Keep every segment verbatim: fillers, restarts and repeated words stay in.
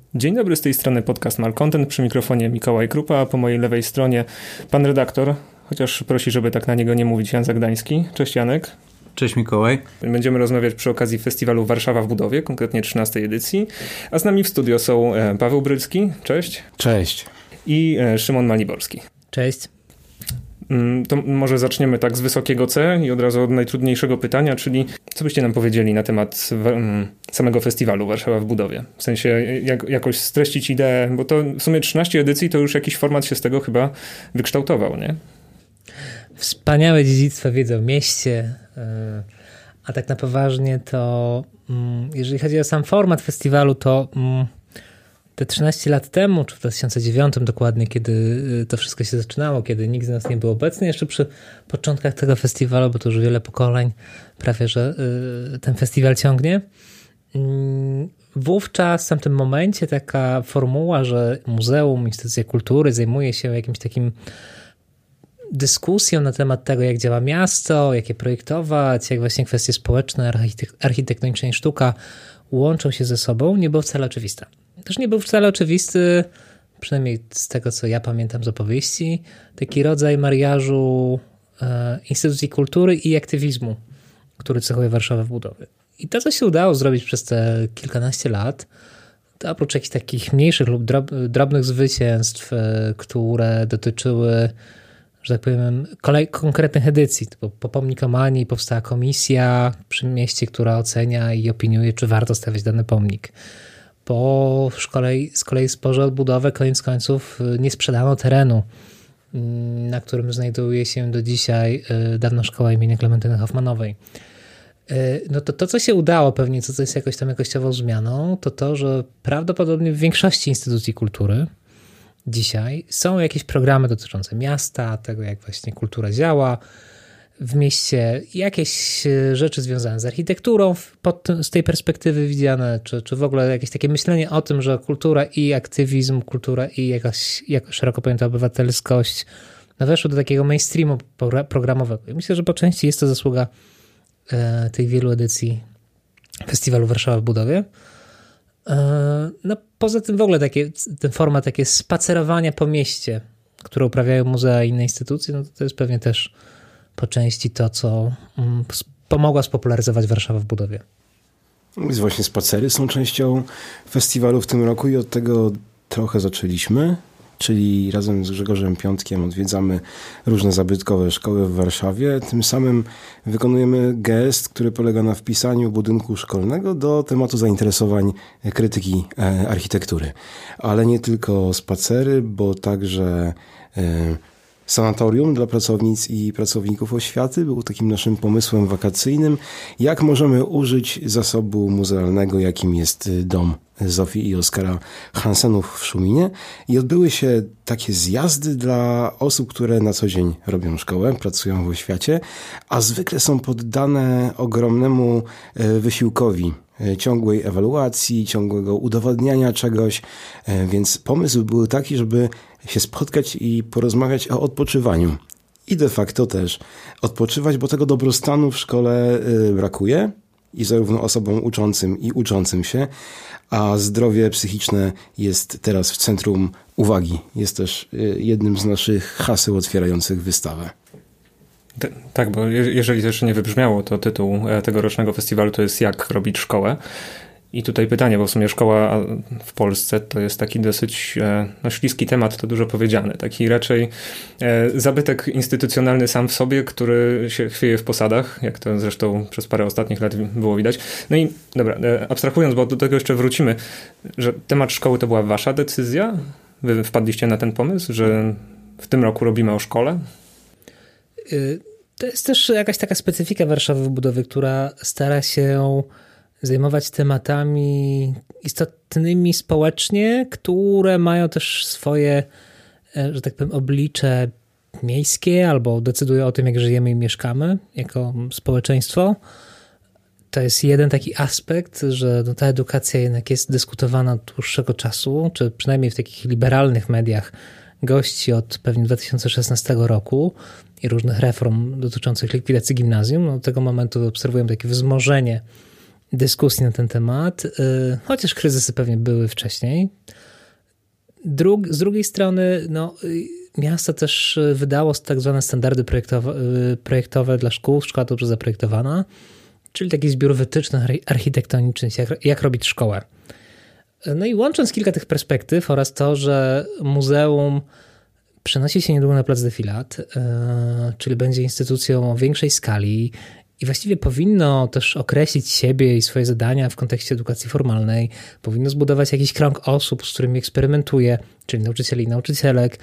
Dzień dobry, z tej strony podcast Malcontent, przy mikrofonie Mikołaj Krupa, a po mojej lewej stronie pan redaktor, chociaż prosi, żeby tak na niego nie mówić, Jan Zagdański. Cześć Janek. Cześć Mikołaj. Będziemy rozmawiać przy okazji festiwalu Warszawa w budowie, konkretnie trzynastej edycji, a z nami w studio są Paweł Brylski, cześć. Cześć. I Szymon Maliborski. Cześć. To może zaczniemy tak z wysokiego C i od razu od najtrudniejszego pytania, czyli co byście nam powiedzieli na temat samego festiwalu Warszawa w budowie? W sensie jak, jakoś streścić ideę, bo to w sumie trzynaście edycji to już jakiś format się z tego chyba wykształtował, nie? Wspaniałe dziedzictwo wiedzy o mieście, a tak na poważnie to jeżeli chodzi o sam format festiwalu, to te trzynaście lat temu, czy w dwa tysiące dziewiątym dokładnie, kiedy to wszystko się zaczynało, kiedy nikt z nas nie był obecny jeszcze przy początkach tego festiwalu, bo to już wiele pokoleń prawie, że ten festiwal ciągnie. Wówczas w tamtym momencie taka formuła, że muzeum, instytucja kultury zajmuje się jakimś takim dyskusją na temat tego, jak działa miasto, jak je projektować, jak właśnie kwestie społeczne, architektoniczne i sztuka łączą się ze sobą, nie było wcale oczywiste. Też nie był wcale oczywisty, przynajmniej z tego, co ja pamiętam z opowieści, taki rodzaj mariażu e, instytucji kultury i aktywizmu, który cechuje Warszawę w budowie. I to, co się udało zrobić przez te kilkanaście lat, to oprócz jakichś takich mniejszych lub drob, drobnych zwycięstw, e, które dotyczyły, że tak powiem, kolej, konkretnych edycji. Po, po pomnikomanii powstała komisja przy mieście, która ocenia i opiniuje, czy warto stawiać dany pomnik. Po szkole, z kolei sporze o odbudowę koniec końców nie sprzedano terenu, na którym znajduje się do dzisiaj dawna szkoła imienia Klementyny Hoffmanowej. No to to, co się udało pewnie, co, co jest jakoś tam jakościową zmianą, to to, że prawdopodobnie w większości instytucji kultury dzisiaj są jakieś programy dotyczące miasta, tego jak właśnie kultura działa w mieście, jakieś rzeczy związane z architekturą pod, z tej perspektywy widziane, czy, czy w ogóle jakieś takie myślenie o tym, że kultura i aktywizm, kultura i jakaś, jakaś szeroko pojęta obywatelskość no weszły do takiego mainstreamu programowego. I myślę, że po części jest to zasługa e, tych wielu edycji Festiwalu Warszawa w budowie. E, no poza tym w ogóle takie, ten format takie spacerowania po mieście, które uprawiają muzea i inne instytucje, no to, to jest pewnie też po części to, co pomogło spopularyzować Warszawę w budowie. Więc właśnie spacery są częścią festiwalu w tym roku i od tego trochę zaczęliśmy, czyli razem z Grzegorzem Piątkiem odwiedzamy różne zabytkowe szkoły w Warszawie. Tym samym wykonujemy gest, który polega na wpisaniu budynku szkolnego do tematu zainteresowań krytyki architektury. Ale nie tylko spacery, bo także sanatorium dla pracownic i pracowników oświaty był takim naszym pomysłem wakacyjnym, jak możemy użyć zasobu muzealnego, jakim jest dom Zofii i Oskara Hansenów w Szuminie. I odbyły się takie zjazdy dla osób, które na co dzień robią szkołę, pracują w oświacie, a zwykle są poddane ogromnemu wysiłkowi, ciągłej ewaluacji, ciągłego udowadniania czegoś, więc pomysł był taki, żeby się spotkać i porozmawiać o odpoczywaniu. I de facto też odpoczywać, bo tego dobrostanu w szkole brakuje i zarówno osobom uczącym i uczącym się, a zdrowie psychiczne jest teraz w centrum uwagi. Jest też jednym z naszych haseł otwierających wystawę. Tak, bo jeżeli to jeszcze nie wybrzmiało, to tytuł tegorocznego festiwalu to jest Jak robić szkołę. I tutaj pytanie, bo w sumie szkoła w Polsce to jest taki dosyć no, śliski temat, to dużo powiedziane. Taki raczej zabytek instytucjonalny sam w sobie, który się chwieje w posadach, jak to zresztą przez parę ostatnich lat było widać. No i dobra, abstrahując, bo do tego jeszcze wrócimy, że temat szkoły to była wasza decyzja? Wy wpadliście na ten pomysł, że w tym roku robimy o szkole? To jest też jakaś taka specyfika Warszawy w budowie, która stara się zajmować tematami istotnymi społecznie, które mają też swoje, że tak powiem, oblicze miejskie albo decydują o tym, jak żyjemy i mieszkamy jako społeczeństwo. To jest jeden taki aspekt, że no ta edukacja jednak jest dyskutowana od dłuższego czasu, czy przynajmniej w takich liberalnych mediach gości od pewnie dwa tysiące szesnastego roku i różnych reform dotyczących likwidacji gimnazjum. No, od tego momentu obserwujemy takie wzmożenie dyskusji na ten temat, chociaż kryzysy pewnie były wcześniej. Drug, z drugiej strony no, miasto też wydało tak zwane standardy projektowe, projektowe dla szkół, szkoła dobrze zaprojektowana, czyli taki zbiór wytycznych architektonicznych, jak, jak robić szkołę. No i łącząc kilka tych perspektyw oraz to, że muzeum przenosi się niedługo na plac Defilat, czyli będzie instytucją o większej skali i właściwie powinno też określić siebie i swoje zadania w kontekście edukacji formalnej, powinno zbudować jakiś krąg osób, z którymi eksperymentuje, czyli nauczycieli i nauczycielek.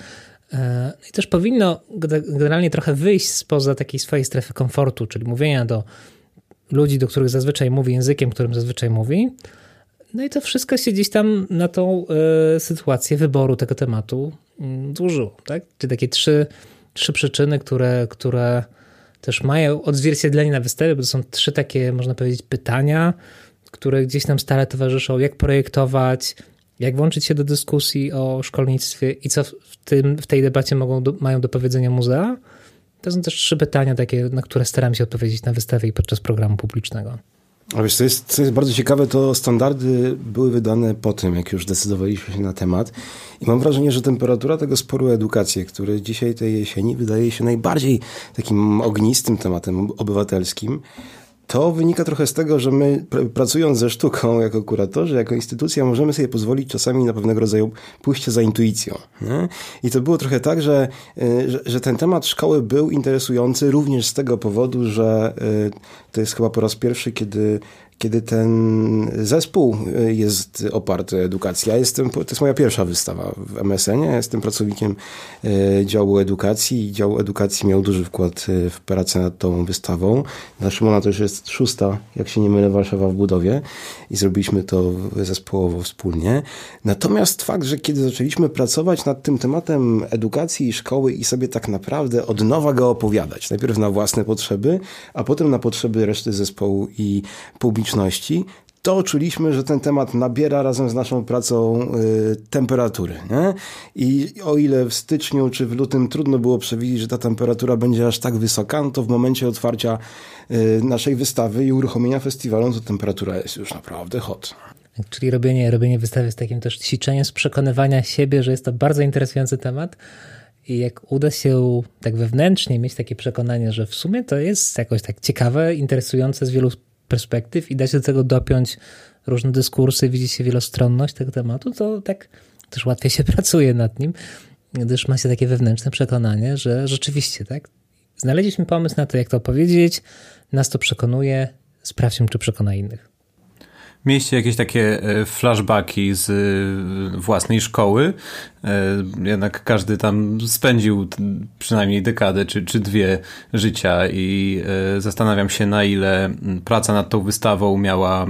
I też powinno generalnie trochę wyjść spoza takiej swojej strefy komfortu, czyli mówienia do ludzi, do których zazwyczaj mówi językiem, którym zazwyczaj mówi. No i to wszystko się gdzieś tam na tą y, sytuację wyboru tego tematu y, złożyło. Tak? Czyli takie trzy, trzy przyczyny, które, które też mają odzwierciedlenie na wystawie, bo to są trzy takie, można powiedzieć, pytania, które gdzieś nam stale towarzyszą. Jak projektować, jak włączyć się do dyskusji o szkolnictwie i co w, tym, w tej debacie mogą do, mają do powiedzenia muzea. To są też trzy pytania takie, na które staram się odpowiedzieć na wystawie i podczas programu publicznego. A wiesz, co jest, co jest bardzo ciekawe, to standardy były wydane po tym, jak już decydowaliśmy się na temat. I mam wrażenie, że temperatura tego sporu o edukację, który dzisiaj tej jesieni wydaje się najbardziej takim ognistym tematem obywatelskim, to wynika trochę z tego, że my pracując ze sztuką jako kuratorzy, jako instytucja, możemy sobie pozwolić czasami na pewnego rodzaju pójście za intuicją. Nie? I to było trochę tak, że, że, że ten temat szkoły był interesujący również z tego powodu, że to jest chyba po raz pierwszy, kiedy kiedy ten zespół jest oparty o edukację. Ja jestem, to jest moja pierwsza wystawa w M S N-ie, ja jestem pracownikiem działu edukacji i dział edukacji miał duży wkład w pracę nad tą wystawą. Dla Szymona to już jest szósta, jak się nie mylę, Warszawa w budowie i zrobiliśmy to zespołowo wspólnie. Natomiast fakt, że kiedy zaczęliśmy pracować nad tym tematem edukacji i szkoły i sobie tak naprawdę od nowa go opowiadać, najpierw na własne potrzeby, a potem na potrzeby reszty zespołu i publiczności, to czuliśmy, że ten temat nabiera razem z naszą pracą y, temperatury. Nie? I o ile w styczniu czy w lutym trudno było przewidzieć, że ta temperatura będzie aż tak wysoka, no to w momencie otwarcia y, naszej wystawy i uruchomienia festiwalu, to temperatura jest już naprawdę hot. Czyli robienie, robienie wystawy jest takim też ćwiczeniem z przekonywania siebie, że jest to bardzo interesujący temat. I jak uda się tak wewnętrznie mieć takie przekonanie, że w sumie to jest jakoś tak ciekawe, interesujące z wielu perspektyw i da się do tego dopiąć różne dyskursy, widzi się wielostronność tego tematu, to tak też łatwiej się pracuje nad nim, gdyż ma się takie wewnętrzne przekonanie, że rzeczywiście tak, znaleźliśmy pomysł na to, jak to opowiedzieć, nas to przekonuje, sprawdźmy, czy przekona innych. Mieliście jakieś takie flashbacki z własnej szkoły? Jednak każdy tam spędził przynajmniej dekadę czy, czy dwie życia i zastanawiam się, na ile praca nad tą wystawą miała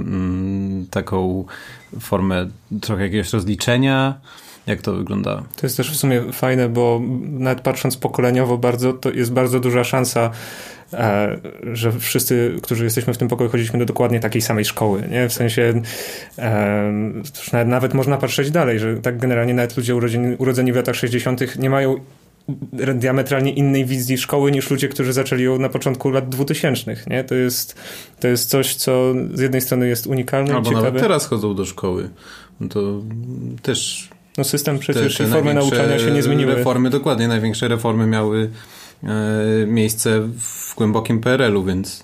taką formę trochę jakiegoś rozliczenia. Jak to wygląda? To jest też w sumie fajne, bo nawet patrząc pokoleniowo bardzo, to jest bardzo duża szansa, e, że wszyscy, którzy jesteśmy w tym pokoju, chodziliśmy do dokładnie takiej samej szkoły, nie? W sensie e, nawet, nawet można patrzeć dalej, że tak generalnie nawet ludzie urodzeni, urodzeni w latach sześćdziesiątych nie mają diametralnie innej wizji szkoły niż ludzie, którzy zaczęli ją na początku lat dwutysięcznych, nie? To jest, to jest coś, co z jednej strony jest unikalne Albo i ciekawe. Nawet teraz chodzą do szkoły. To też... No system przecież te, te i formy nauczania się nie zmieniły. Reformy, dokładnie, największe reformy miały e, miejsce w głębokim P R L u, więc...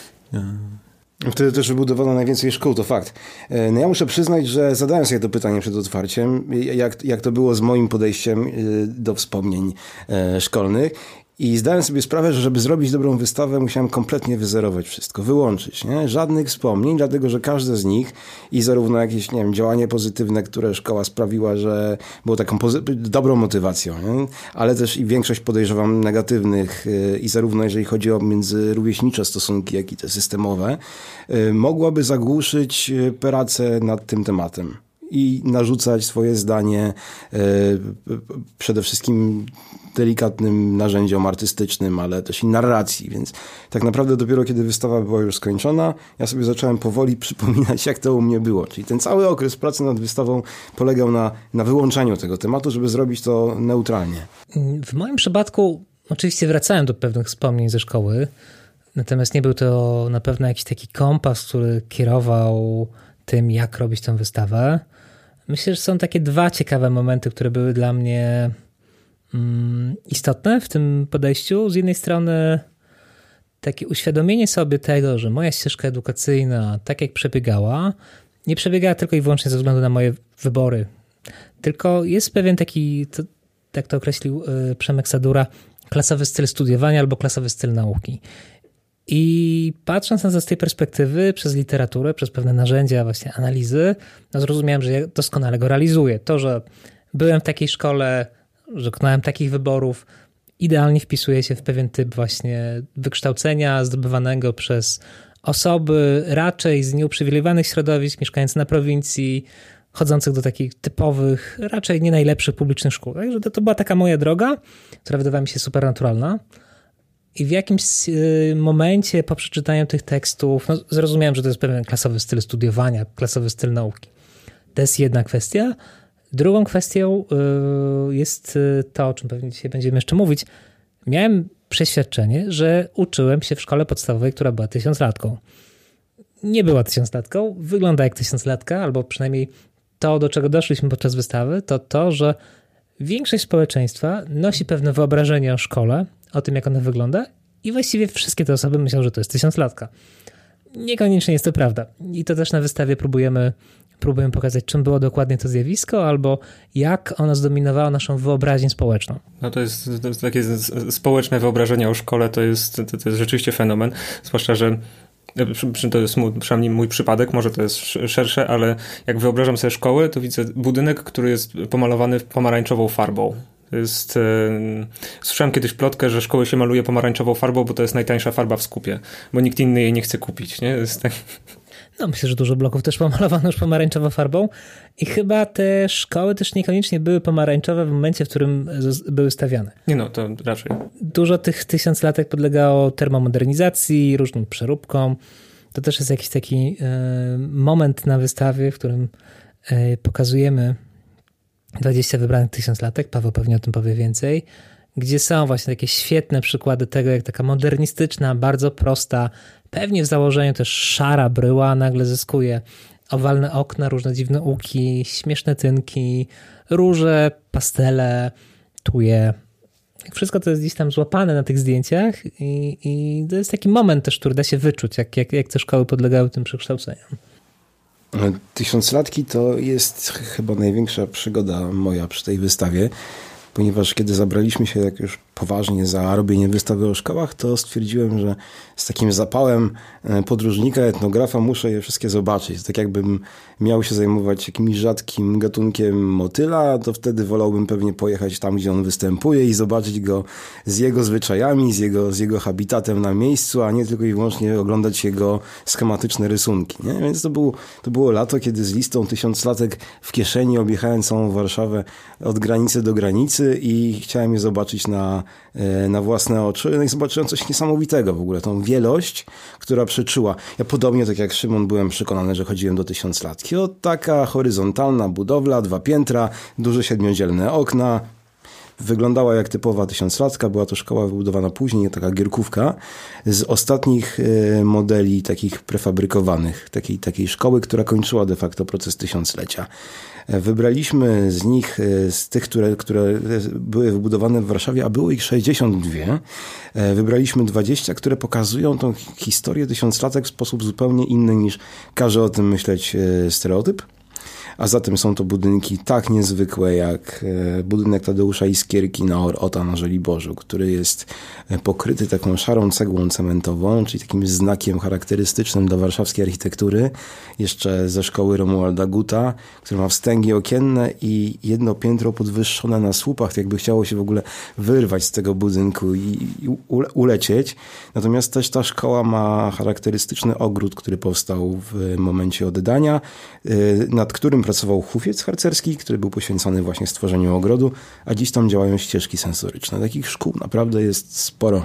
E. Wtedy też wybudowano najwięcej szkół, to fakt. No ja muszę przyznać, że zadałem sobie to pytanie przed otwarciem, jak, jak to było z moim podejściem do wspomnień szkolnych. I zdałem sobie sprawę, że żeby zrobić dobrą wystawę, musiałem kompletnie wyzerować wszystko, wyłączyć, nie? Żadnych wspomnień, dlatego że każde z nich i zarówno jakieś, nie wiem, działanie pozytywne, które szkoła sprawiła, że było taką pozy- dobrą motywacją, nie? Ale też i większość, podejrzewam, negatywnych yy, i zarówno jeżeli chodzi o międzyrówieśnicze stosunki, jak i te systemowe, yy, mogłaby zagłuszyć pracę nad tym tematem i narzucać swoje zdanie yy, przede wszystkim delikatnym narzędziom artystycznym, ale też i narracji, więc tak naprawdę dopiero kiedy wystawa była już skończona, ja sobie zacząłem powoli przypominać, jak to u mnie było. Czyli ten cały okres pracy nad wystawą polegał na, na wyłączaniu tego tematu, żeby zrobić to neutralnie. W moim przypadku oczywiście wracałem do pewnych wspomnień ze szkoły, Natomiast nie był to na pewno jakiś taki kompas, który kierował tym, jak robić tę wystawę. Myślę, że są takie dwa ciekawe momenty, które były dla mnie mm, istotne w tym podejściu. Z jednej strony takie uświadomienie sobie tego, że moja ścieżka edukacyjna, tak jak przebiegała, nie przebiegała tylko i wyłącznie ze względu na moje wybory. Tylko jest pewien taki, to, jak to określił y, Przemek Sadura, klasowy styl studiowania albo klasowy styl nauki. I patrząc na to z tej perspektywy, przez literaturę, przez pewne narzędzia właśnie analizy, no zrozumiałem, że ja doskonale go realizuję. To, że byłem w takiej szkole, że dokonałem takich wyborów, idealnie wpisuje się w pewien typ właśnie wykształcenia zdobywanego przez osoby raczej z nieuprzywilejowanych środowisk, mieszkające na prowincji, chodzących do takich typowych, raczej nie najlepszych publicznych szkół. Także to, to była taka moja droga, która wydawała mi się super naturalna. I w jakimś momencie po przeczytaniu tych tekstów no, zrozumiałem, że to jest pewien klasowy styl studiowania, klasowy styl nauki. To jest jedna kwestia. Drugą kwestią jest to, o czym pewnie dzisiaj będziemy jeszcze mówić. Miałem przeświadczenie, że uczyłem się w szkole podstawowej, która była tysiąclatką. Nie była tysiąclatką, wygląda jak tysiąclatka, albo przynajmniej to, do czego doszliśmy podczas wystawy, to to, że większość społeczeństwa nosi pewne wyobrażenie o szkole, o tym, jak ona wygląda i właściwie wszystkie te osoby myślą, że to jest tysiąclatka. Niekoniecznie jest to prawda. I to też na wystawie próbujemy, próbujemy pokazać, czym było dokładnie to zjawisko, albo jak ono zdominowało naszą wyobraźnię społeczną. No to jest, to jest takie społeczne wyobrażenie o szkole, to jest, to, to jest rzeczywiście fenomen, zwłaszcza, że to jest mój, przynajmniej mój przypadek, może to jest szersze, ale jak wyobrażam sobie szkołę, to widzę budynek, który jest pomalowany pomarańczową farbą. To jest, e, słyszałem kiedyś plotkę, że szkoły się maluje pomarańczową farbą, bo to jest najtańsza farba w skupie, bo nikt inny jej nie chce kupić. Nie? Jest tak... No myślę, że dużo bloków też pomalowano już pomarańczową farbą i chyba te szkoły też niekoniecznie były pomarańczowe w momencie, w którym były stawiane. Nie no, to raczej. Dużo tych tysiąclatek podlegało termomodernizacji, różnym przeróbkom. To też jest jakiś taki e, moment na wystawie, w którym e, pokazujemy dwadzieścia wybranych tysiąclatek, Paweł pewnie o tym powie więcej, gdzie są właśnie takie świetne przykłady tego, jak taka modernistyczna, bardzo prosta, pewnie w założeniu też szara bryła nagle zyskuje owalne okna, różne dziwne łuki, śmieszne tynki, róże, pastele, tuje. Wszystko to jest gdzieś tam złapane na tych zdjęciach i, i to jest taki moment też, który da się wyczuć, jak, jak, jak te szkoły podlegały tym przekształceniom. Tysiąclatki to jest chyba największa przygoda moja przy tej wystawie, ponieważ kiedy zabraliśmy się jak już poważnie za robienie wystawy o szkołach, to stwierdziłem, że z takim zapałem podróżnika, etnografa muszę je wszystkie zobaczyć. Tak jakbym miał się zajmować jakimś rzadkim gatunkiem motyla, to wtedy wolałbym pewnie pojechać tam, gdzie on występuje i zobaczyć go z jego zwyczajami, z jego, z jego habitatem na miejscu, a nie tylko i wyłącznie oglądać jego schematyczne rysunki. Nie? Więc to, był, to było lato, kiedy z listą tysiąclatek w kieszeni objechałem całą Warszawę od granicy do granicy i chciałem je zobaczyć na na własne oczy. No i zobaczyłem coś niesamowitego w ogóle, tą wielość, która przeczyła. Ja podobnie, tak jak Szymon, byłem przekonany, że chodziłem do tysiąclatki. O, taka horyzontalna budowla, dwa piętra, duże siedmiodzielne okna. Wyglądała jak typowa tysiąclatka, była to szkoła wybudowana później, taka gierkówka, z ostatnich modeli takich prefabrykowanych, takiej, takiej szkoły, która kończyła de facto proces tysiąclecia. Wybraliśmy z nich, z tych, które, które były wybudowane w Warszawie, a było ich sześćdziesiąt dwa, wybraliśmy dwadzieścia, które pokazują tą historię tysiąclatek w sposób zupełnie inny niż każe o tym myśleć stereotyp. A zatem są to budynki tak niezwykłe jak budynek Tadeusza Iskierki na Orota na Żoliborzu, który jest pokryty taką szarą cegłą cementową, czyli takim znakiem charakterystycznym dla warszawskiej architektury, jeszcze ze szkoły Romualda Guta, który ma wstęgi okienne i jedno piętro podwyższone na słupach, jakby chciało się w ogóle wyrwać z tego budynku i, i ulecieć. Natomiast też ta szkoła ma charakterystyczny ogród, który powstał w momencie oddania, nad którym pracował hufiec harcerski, który był poświęcony właśnie stworzeniu ogrodu, a dziś tam działają ścieżki sensoryczne. Takich szkół naprawdę jest sporo.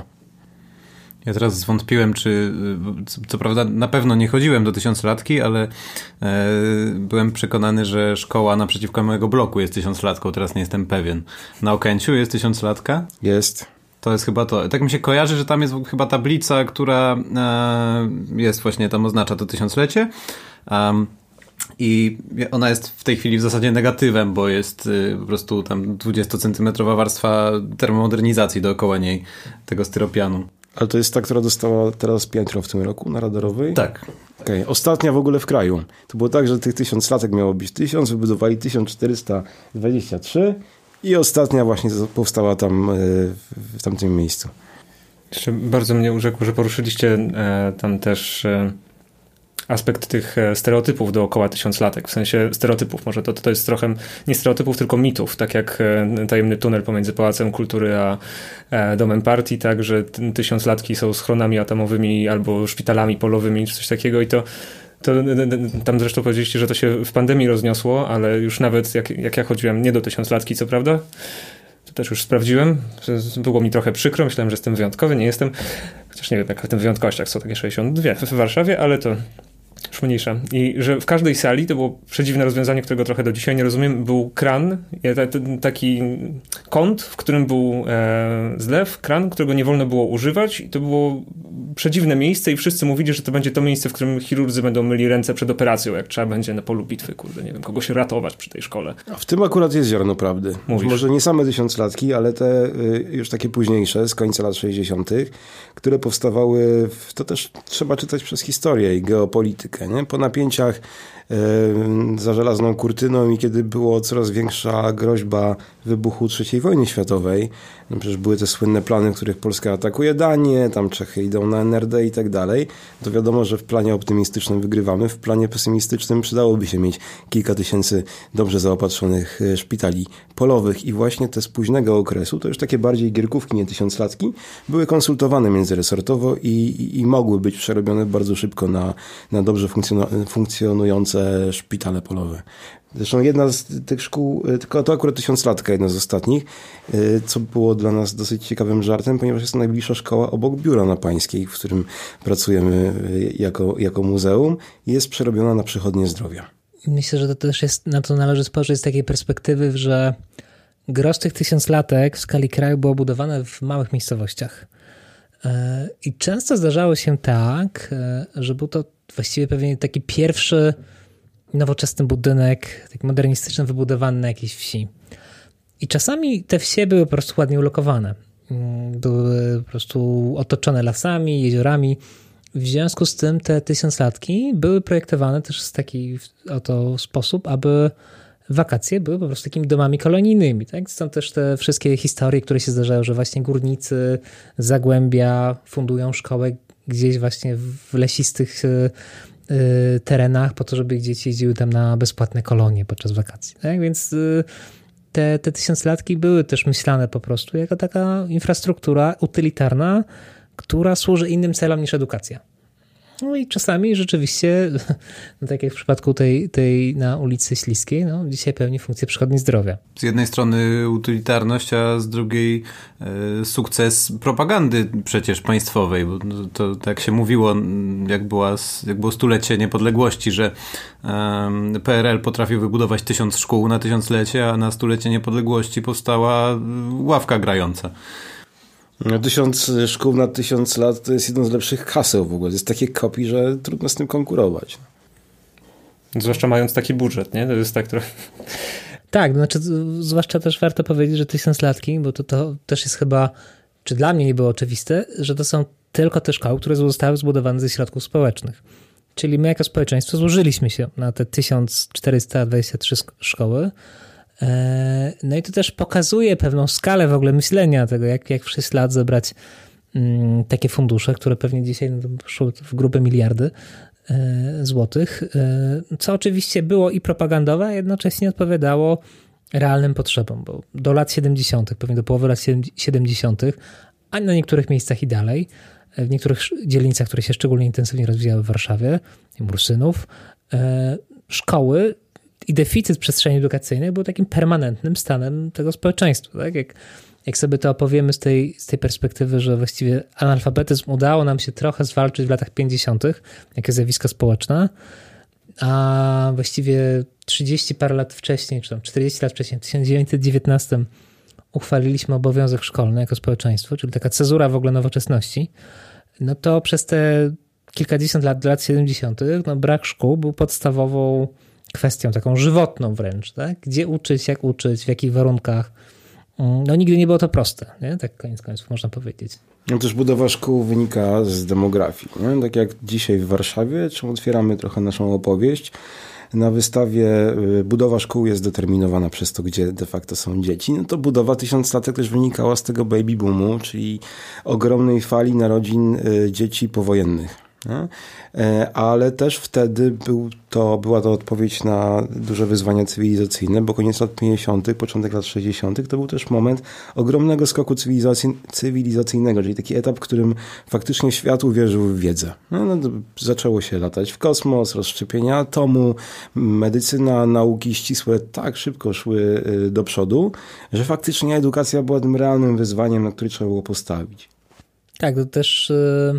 Ja teraz zwątpiłem, czy, co, co prawda na pewno nie chodziłem do tysiąclatki, ale e, byłem przekonany, że szkoła naprzeciwko mojego bloku jest tysiąclatką, teraz nie jestem pewien. Na Okęciu jest tysiąclatka? Jest. To jest chyba to. Tak mi się kojarzy, że tam jest chyba tablica, która e, jest właśnie tam oznacza to tysiąclecie. Um, I ona jest w tej chwili w zasadzie negatywem, bo jest y, po prostu tam dwudziestocentymetrowa warstwa termomodernizacji dookoła niej, tego styropianu. Ale to jest ta, która dostała teraz piętro w tym roku na radarowej? Tak. Okay. Ostatnia w ogóle w kraju. To było tak, że tych tysiąc latek miało być tysiąc, wybudowali tysiąc czterysta dwadzieścia trzy i ostatnia właśnie powstała tam w tamtym miejscu. Jeszcze bardzo mnie urzekło, że poruszyliście e, tam też e, aspekt tych stereotypów dookoła tysiąclatek. W sensie stereotypów, może to, to jest trochę nie stereotypów, tylko mitów. Tak jak e, tajemny tunel pomiędzy Pałacem Kultury a e, Domem Partii, tak, że tysiąclatki są schronami atomowymi albo szpitalami polowymi, czy coś takiego i to To, tam zresztą powiedzieliście, że to się w pandemii rozniosło, ale już nawet jak, jak ja chodziłem nie do tysiąclatki, co prawda, to też już sprawdziłem. Było mi trochę przykro, myślałem, że jestem wyjątkowy, nie jestem. Chociaż nie wiem, jak w tym wyjątkowościach są takie sześćdziesiąt dwie w Warszawie, ale to już mniejsza. I że w każdej sali, to było przedziwne rozwiązanie, którego trochę do dzisiaj nie rozumiem, był kran, taki kąt, w którym był e, zlew, kran, którego nie wolno było używać i to było przedziwne miejsce i wszyscy mówili, że to będzie to miejsce, w którym chirurdzy będą myli ręce przed operacją, jak trzeba będzie na polu bitwy, kurde, nie wiem, kogoś ratować przy tej szkole. A w tym akurat jest ziarno prawdy. Mówisz. Może nie same tysiąclatki, ale te y, już takie późniejsze, z końca lat sześćdziesiątych, które powstawały, w, to też trzeba czytać przez historię i geopolitykę, nie? Po napięciach y, za żelazną kurtyną i kiedy było coraz większa groźba wybuchu trzeciej wojny światowej, no przecież były te słynne plany, w których Polska atakuje Danię, tam Czechy idą na en er de i tak dalej, to wiadomo, że w planie optymistycznym wygrywamy, w planie pesymistycznym przydałoby się mieć kilka tysięcy dobrze zaopatrzonych szpitali polowych i właśnie te z późnego okresu, to już takie bardziej gierkówki, nie tysiąclatki, były konsultowane międzyresortowo i, i, i mogły być przerobione bardzo szybko na, na dobrze funkcjonujące funkcjonujące szpitale polowe. Zresztą jedna z tych szkół, tylko to akurat tysiąclatka, jedna z ostatnich, co było dla nas dosyć ciekawym żartem, ponieważ jest to najbliższa szkoła obok biura na Pańskiej, w którym pracujemy jako, jako muzeum i jest przerobiona na przychodnię zdrowia. Myślę, że to też jest, na to należy spojrzeć z takiej perspektywy, że gros tych tysiąclatek w skali kraju było budowane w małych miejscowościach. I często zdarzało się tak, że był to właściwie pewnie taki pierwszy nowoczesny budynek, taki modernistyczny, wybudowany na jakiejś wsi. I czasami te wsie były po prostu ładnie ulokowane. Były po prostu otoczone lasami, jeziorami. W związku z tym te tysiąclatki były projektowane też w taki oto sposób, aby wakacje były po prostu takimi domami kolonijnymi. Tak? Stąd też te wszystkie historie, które się zdarzają, że właśnie górnicy z Zagłębia fundują szkołę gdzieś właśnie w lesistych terenach po to, żeby ich dzieci jeździły tam na bezpłatne kolonie podczas wakacji. Tak? Więc te, te tysiąclatki były też myślane po prostu jako taka infrastruktura utylitarna, która służy innym celom niż edukacja. No i czasami rzeczywiście, no tak jak w przypadku tej, tej na ulicy Śliskiej, no dzisiaj pełni funkcję przychodni zdrowia. Z jednej strony utylitarność, a z drugiej e, sukces propagandy przecież państwowej, bo to tak się mówiło, jak, była, jak było stulecie niepodległości, że e, P R L potrafił wybudować tysiąc szkół na tysiąclecie, a na stulecie niepodległości powstała ławka grająca. No, tysiąc szkół na tysiąc lat to jest jedno z lepszych haseł w ogóle. To jest takie kopii, że trudno z tym konkurować. Zwłaszcza mając taki budżet, nie? To jest tak trochę... Tak, to znaczy zwłaszcza też warto powiedzieć, że tysiąclatki, bo to, to też jest chyba, czy dla mnie nie było oczywiste, że to są tylko te szkoły, które zostały zbudowane ze środków społecznych. Czyli my jako społeczeństwo złożyliśmy się na te tysiąc czterysta dwadzieścia trzy szkoły. No i to też pokazuje pewną skalę w ogóle myślenia tego, jak, jak w sześć lat zebrać um, takie fundusze, które pewnie dzisiaj no, szły w grube miliardy e, złotych, e, co oczywiście było i propagandowe, a jednocześnie odpowiadało realnym potrzebom, bo do lat siedemdziesiątych, pewnie do połowy lat siedemdziesiątych, a na niektórych miejscach i dalej, w niektórych dzielnicach, które się szczególnie intensywnie rozwijały w Warszawie, Mursynów, e, szkoły i deficyt przestrzeni edukacyjnej był takim permanentnym stanem tego społeczeństwa. Tak? Jak, jak sobie to opowiemy z tej, z tej perspektywy, że właściwie analfabetyzm udało nam się trochę zwalczyć w latach pięćdziesiątych jako zjawisko społeczne, a właściwie trzydzieści parę lat wcześniej, czy tam czterdzieści lat wcześniej, w tysiąc dziewięćset dziewiętnastym uchwaliliśmy obowiązek szkolny jako społeczeństwo, czyli taka cezura w ogóle nowoczesności, no to przez te kilkadziesiąt lat, do lat siedemdziesiątych, no brak szkół był podstawową kwestią, taką żywotną wręcz, tak? Gdzie uczyć, jak uczyć, w jakich warunkach. No nigdy nie było to proste, nie? Tak koniec końców można powiedzieć. No też budowa szkół wynika z demografii. Nie? Tak jak dzisiaj w Warszawie, czym otwieramy trochę naszą opowieść, na wystawie budowa szkół jest determinowana przez to, gdzie de facto są dzieci. No to budowa tysiąclatek też wynikała z tego baby boomu, czyli ogromnej fali narodzin dzieci powojennych. Nie? Ale też wtedy był to, była to odpowiedź na duże wyzwania cywilizacyjne, bo koniec lat pięćdziesiątych, początek lat sześćdziesiątych to był też moment ogromnego skoku cywilizacy, cywilizacyjnego, czyli taki etap, w którym faktycznie świat uwierzył w wiedzę. No, no, zaczęło się latać w kosmos, rozszczepienia atomu, medycyna, nauki ścisłe tak szybko szły do przodu, że faktycznie edukacja była tym realnym wyzwaniem, na który trzeba było postawić. Tak, to też... Yy...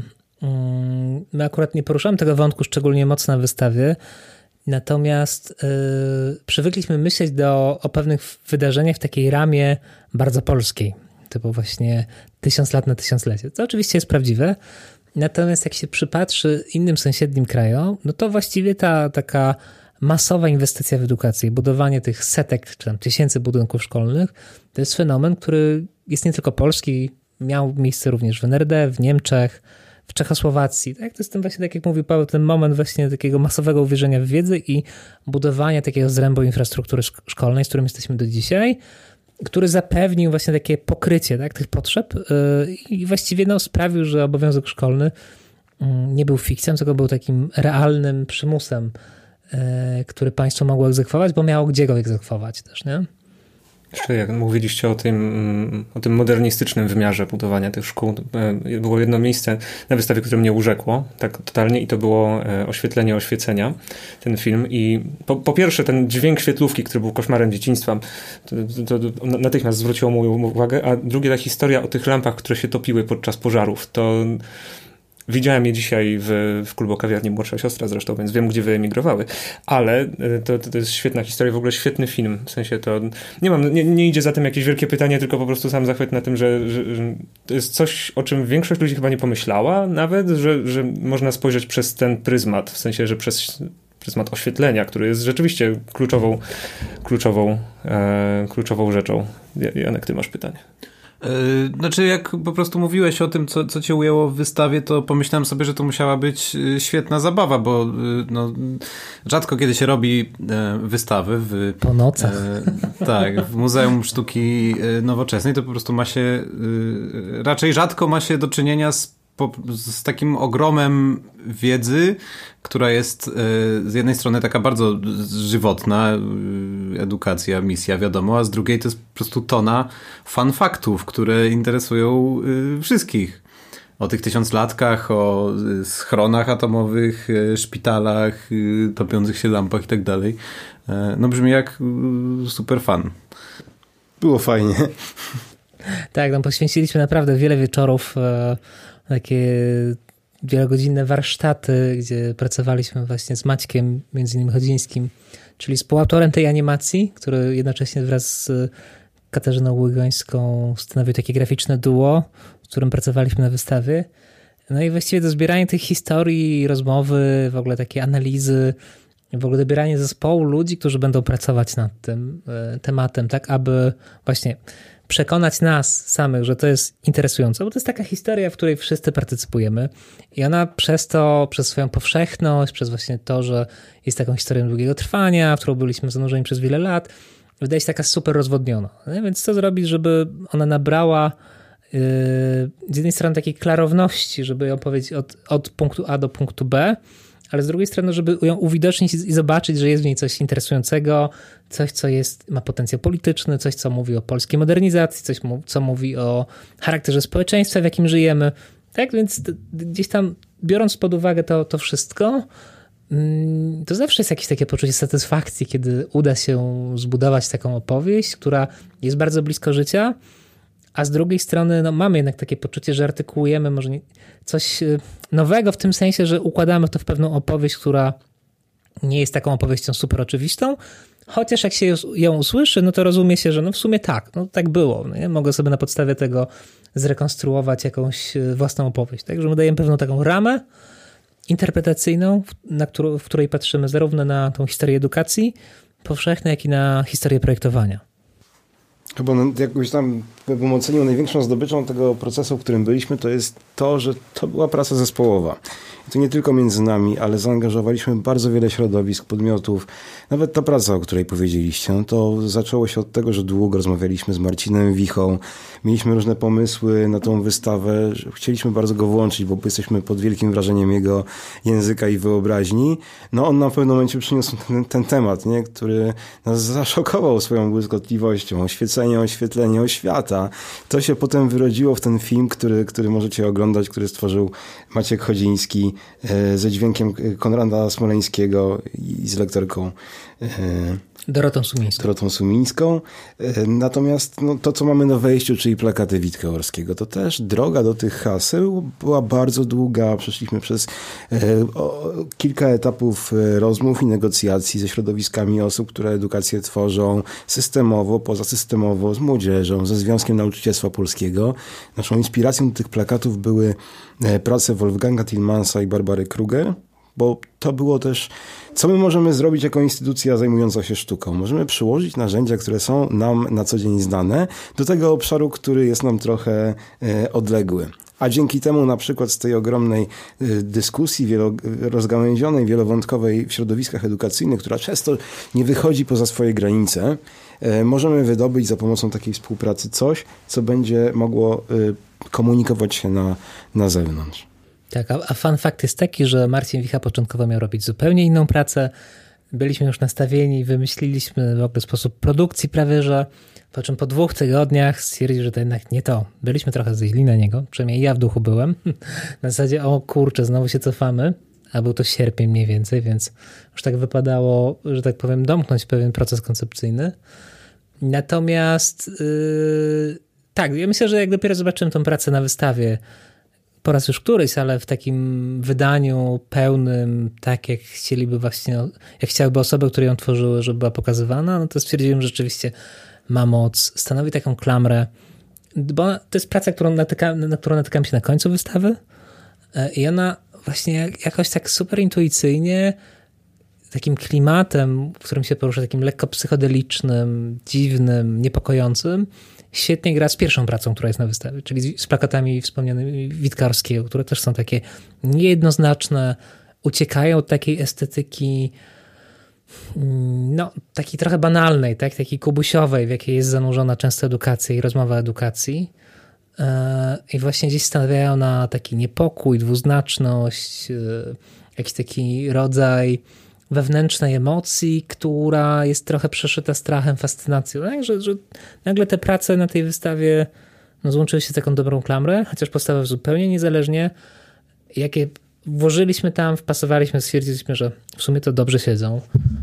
My akurat nie poruszamy tego wątku szczególnie mocno na wystawie, natomiast yy, przywykliśmy myśleć do, o pewnych wydarzeniach w takiej ramie bardzo polskiej, typu właśnie tysiąc lat na tysiąclecie. To oczywiście jest prawdziwe, natomiast jak się przypatrzy innym sąsiednim krajom, no to właściwie ta taka masowa inwestycja w edukację, budowanie tych setek czy tam tysięcy budynków szkolnych, to jest fenomen, który jest nie tylko polski, miał miejsce również w N R D, w Niemczech, w Czechosłowacji. Tak? To jest ten właśnie, tak jak mówił Paweł, ten moment właśnie takiego masowego uwierzenia w wiedzę i budowania takiego zrębu infrastruktury szkolnej, z którym jesteśmy do dzisiaj, który zapewnił właśnie takie pokrycie, tak, tych potrzeb i właściwie no, sprawił, że obowiązek szkolny nie był fikcją, tylko był takim realnym przymusem, który państwo mogło egzekwować, bo miało gdzie go egzekwować też, nie? Jeszcze jak mówiliście o tym, o tym modernistycznym wymiarze budowania tych szkół, było jedno miejsce na wystawie, które mnie urzekło tak totalnie i to było Oświetlenie oświecenia, ten film. I po, po pierwsze ten dźwięk świetlówki, który był koszmarem dzieciństwa, to, to, to natychmiast zwróciło moją uwagę, a drugie ta historia o tych lampach, które się topiły podczas pożarów, to... Widziałem je dzisiaj w, w klubu kawiarni Młodsza Siostra zresztą, więc wiem, gdzie wyemigrowały. Ale to, to, to jest świetna historia, w ogóle świetny film. W sensie to nie mam, nie, nie idzie za tym jakieś wielkie pytanie, tylko po prostu sam zachwyt na tym, że, że, że to jest coś, o czym większość ludzi chyba nie pomyślała nawet, że, że można spojrzeć przez ten pryzmat, w sensie, że przez pryzmat oświetlenia, który jest rzeczywiście kluczową, kluczową, e, kluczową rzeczą. Janek, ty masz pytanie. Znaczy, jak po prostu mówiłeś o tym, co, co cię ujęło w wystawie, to pomyślałem sobie, że to musiała być świetna zabawa, bo no, rzadko kiedy się robi wystawy w... Po nocach. E, tak, w Muzeum Sztuki Nowoczesnej to po prostu ma się, raczej rzadko ma się do czynienia z Po, z takim ogromem wiedzy, która jest z jednej strony taka bardzo żywotna, edukacja, misja, wiadomo, a z drugiej to jest po prostu tona fun faktów, które interesują wszystkich. O tych tysiąclatkach, o schronach atomowych, szpitalach, topiących się lampach i tak dalej. No brzmi jak super fan. Było fajnie. Tak, no poświęciliśmy naprawdę wiele wieczorów, takie wielogodzinne warsztaty, gdzie pracowaliśmy właśnie z Maćkiem, między innymi Chodzińskim, czyli współautorem tej animacji, który jednocześnie wraz z Katarzyną Łygońską stanowił takie graficzne duo, z którym pracowaliśmy na wystawie. No i właściwie to zbieranie tych historii, rozmowy, w ogóle takie analizy, w ogóle dobieranie zespołu ludzi, którzy będą pracować nad tym tematem, tak aby właśnie przekonać nas samych, że to jest interesujące, bo to jest taka historia, w której wszyscy partycypujemy i ona przez to, przez swoją powszechność, przez właśnie to, że jest taką historią długiego trwania, w którą byliśmy zanurzeni przez wiele lat, wydaje się taka super rozwodniona. Nie? Więc co zrobić, żeby ona nabrała yy, z jednej strony takiej klarowności, żeby ją powiedzieć od, od punktu A do punktu B, ale z drugiej strony, żeby ją uwidocznić i zobaczyć, że jest w niej coś interesującego, coś, co jest, ma potencjał polityczny, coś, co mówi o polskiej modernizacji, coś, co mówi o charakterze społeczeństwa, w jakim żyjemy. Tak więc gdzieś tam, biorąc pod uwagę to, to wszystko, to zawsze jest jakieś takie poczucie satysfakcji, kiedy uda się zbudować taką opowieść, która jest bardzo blisko życia, a z drugiej strony no, mamy jednak takie poczucie, że artykułujemy może nie, coś nowego w tym sensie, że układamy to w pewną opowieść, która nie jest taką opowieścią super oczywistą, chociaż jak się ją usłyszy, no to rozumie się, że no w sumie tak, no tak było. No nie? Mogę sobie na podstawie tego zrekonstruować jakąś własną opowieść. Także my dajemy pewną taką ramę interpretacyjną, na którą, w której patrzymy zarówno na tą historię edukacji powszechnej, jak i na historię projektowania. Chyba no, jakbyś tam bym ocenił największą zdobyczą tego procesu, w którym byliśmy, to jest to, że to była praca zespołowa. I to nie tylko między nami, ale zaangażowaliśmy bardzo wiele środowisk, podmiotów. Nawet ta praca, o której powiedzieliście, no to zaczęło się od tego, że długo rozmawialiśmy z Marcinem Wichą. Mieliśmy różne pomysły na tą wystawę. Chcieliśmy bardzo go włączyć, bo jesteśmy pod wielkim wrażeniem jego języka i wyobraźni. No on na pewnym momencie przyniósł ten, ten temat, nie? Który nas zaszokował swoją błyskotliwością. Oświecenie, oświetlenie, oświata. To się potem wyrodziło w ten film, który, który możecie oglądać, który stworzył Maciek Chodziński ze dźwiękiem Konrada Smoleńskiego i z lektorką Dorotą Sumińską. Dorotą Sumińską. Natomiast no, to, co mamy na wejściu, czyli plakaty Witka Orskiego, to też droga do tych haseł była bardzo długa. Przeszliśmy przez e, o, kilka etapów rozmów i negocjacji ze środowiskami osób, które edukację tworzą systemowo, pozasystemowo, z młodzieżą, ze Związkiem Nauczycielstwa Polskiego. Naszą inspiracją do tych plakatów były prace Wolfganga Tillmansa i Barbary Kruger, bo to było też, co my możemy zrobić jako instytucja zajmująca się sztuką. Możemy przyłożyć narzędzia, które są nam na co dzień znane, do tego obszaru, który jest nam trochę e, odległy. A dzięki temu na przykład z tej ogromnej y, dyskusji wielo, rozgałęzionej, wielowątkowej w środowiskach edukacyjnych, która często nie wychodzi poza swoje granice, y, możemy wydobyć za pomocą takiej współpracy coś, co będzie mogło y, komunikować się na, na zewnątrz. Tak, a, a fun fact jest taki, że Marcin Wicha początkowo miał robić zupełnie inną pracę. Byliśmy już nastawieni, wymyśliliśmy w ogóle sposób produkcji prawie, że po czym po dwóch tygodniach stwierdził, że to jednak nie to. Byliśmy trochę źli na niego, przynajmniej ja w duchu byłem. Na zasadzie, o kurczę, znowu się cofamy, a był to sierpień mniej więcej, więc już tak wypadało, że tak powiem, domknąć pewien proces koncepcyjny. Natomiast yy, tak, ja myślę, że jak dopiero zobaczyłem tą pracę na wystawie, po raz już któryś, ale w takim wydaniu pełnym, tak jak chcieliby właśnie, jak chciałyby osoby, które ją tworzyły, żeby była pokazywana, no to stwierdziłem, że rzeczywiście ma moc, stanowi taką klamrę, bo to jest praca, którą natyka, na którą natykam się na końcu wystawy i ona właśnie jakoś tak super intuicyjnie, takim klimatem, w którym się porusza, takim lekko psychodelicznym, dziwnym, niepokojącym, świetnie gra z pierwszą pracą, która jest na wystawie, czyli z plakatami wspomnianymi Witkarskiego, które też są takie niejednoznaczne, uciekają od takiej estetyki no, takiej trochę banalnej, tak? Takiej kubusiowej, w jakiej jest zanurzona często edukacja i rozmowa o edukacji. I właśnie gdzieś stawiają na taki niepokój, dwuznaczność, jakiś taki rodzaj wewnętrznej emocji, która jest trochę przeszyta strachem, fascynacją. Tak? Że, że nagle te prace na tej wystawie no, złączyły się z taką dobrą klamrę, chociaż powstały zupełnie niezależnie. Jakie włożyliśmy tam, wpasowaliśmy, stwierdziliśmy, że w sumie to dobrze siedzą.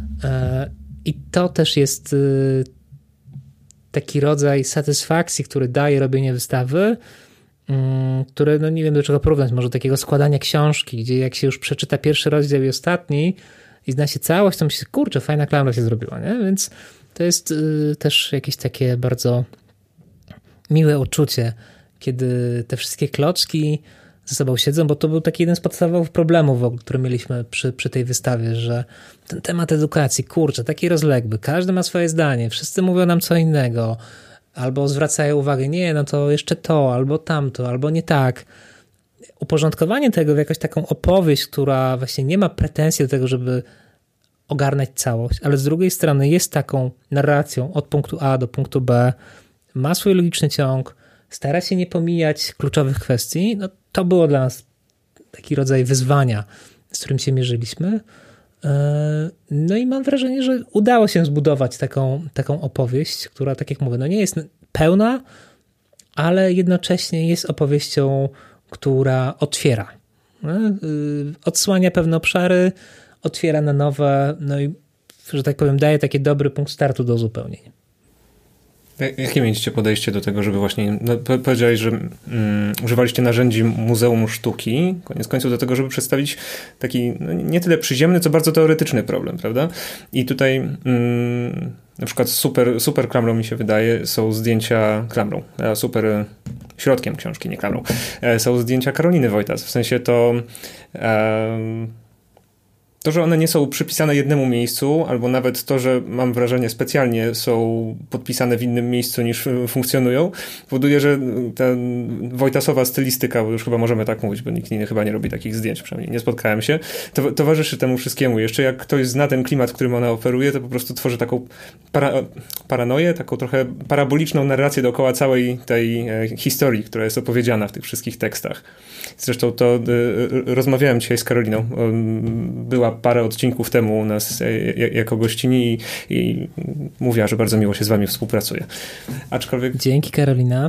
I to też jest taki rodzaj satysfakcji, który daje robienie wystawy, które, no nie wiem do czego porównać, może takiego składania książki, gdzie jak się już przeczyta pierwszy rozdział i ostatni i zna się całość, to myśli, kurczę, fajna klamra się zrobiła, nie? Więc to jest y, też jakieś takie bardzo miłe uczucie, kiedy te wszystkie klocki ze sobą siedzą, bo to był taki jeden z podstawowych problemów, który mieliśmy przy, przy tej wystawie, że ten temat edukacji, kurczę, taki rozległy, każdy ma swoje zdanie, wszyscy mówią nam co innego, albo zwracają uwagę, nie, no to jeszcze to, albo tamto, albo nie tak. Uporządkowanie tego w jakąś taką opowieść, która właśnie nie ma pretensji do tego, żeby ogarnąć całość, ale z drugiej strony jest taką narracją od punktu A do punktu B, ma swój logiczny ciąg, stara się nie pomijać kluczowych kwestii, no to było dla nas taki rodzaj wyzwania, z którym się mierzyliśmy. No i mam wrażenie, że udało się zbudować taką, taką opowieść, która, tak jak mówię, no nie jest pełna, ale jednocześnie jest opowieścią, która otwiera. Odsłania pewne obszary, otwiera na nowe, no i, że tak powiem, daje taki dobry punkt startu do uzupełnień. Jakie mieliście podejście do tego, żeby właśnie, no, powiedziałeś, że mm, używaliście narzędzi Muzeum Sztuki, koniec końców do tego, żeby przedstawić taki no, nie tyle przyziemny, co bardzo teoretyczny problem, prawda? I tutaj mm, na przykład super, super klamrą mi się wydaje są zdjęcia klamrą, super środkiem książki, nie klamrą, są zdjęcia Karoliny Wojtas, w sensie to um, to, że one nie są przypisane jednemu miejscu, albo nawet to, że mam wrażenie specjalnie są podpisane w innym miejscu niż funkcjonują, powoduje, że ta wojtasowa stylistyka, bo już chyba możemy tak mówić, bo nikt inny chyba nie robi takich zdjęć, przynajmniej nie spotkałem się, to, towarzyszy temu wszystkiemu. Jeszcze jak ktoś zna ten klimat, którym ona operuje, to po prostu tworzy taką para, paranoję, taką trochę paraboliczną narrację dookoła całej tej e, historii, która jest opowiedziana w tych wszystkich tekstach. Zresztą to e, rozmawiałem dzisiaj z Karoliną. E, była parę odcinków temu u nas e, jako gościni i, i mówiła, że bardzo miło się z wami współpracuje. Aczkolwiek... Dzięki, Karolina.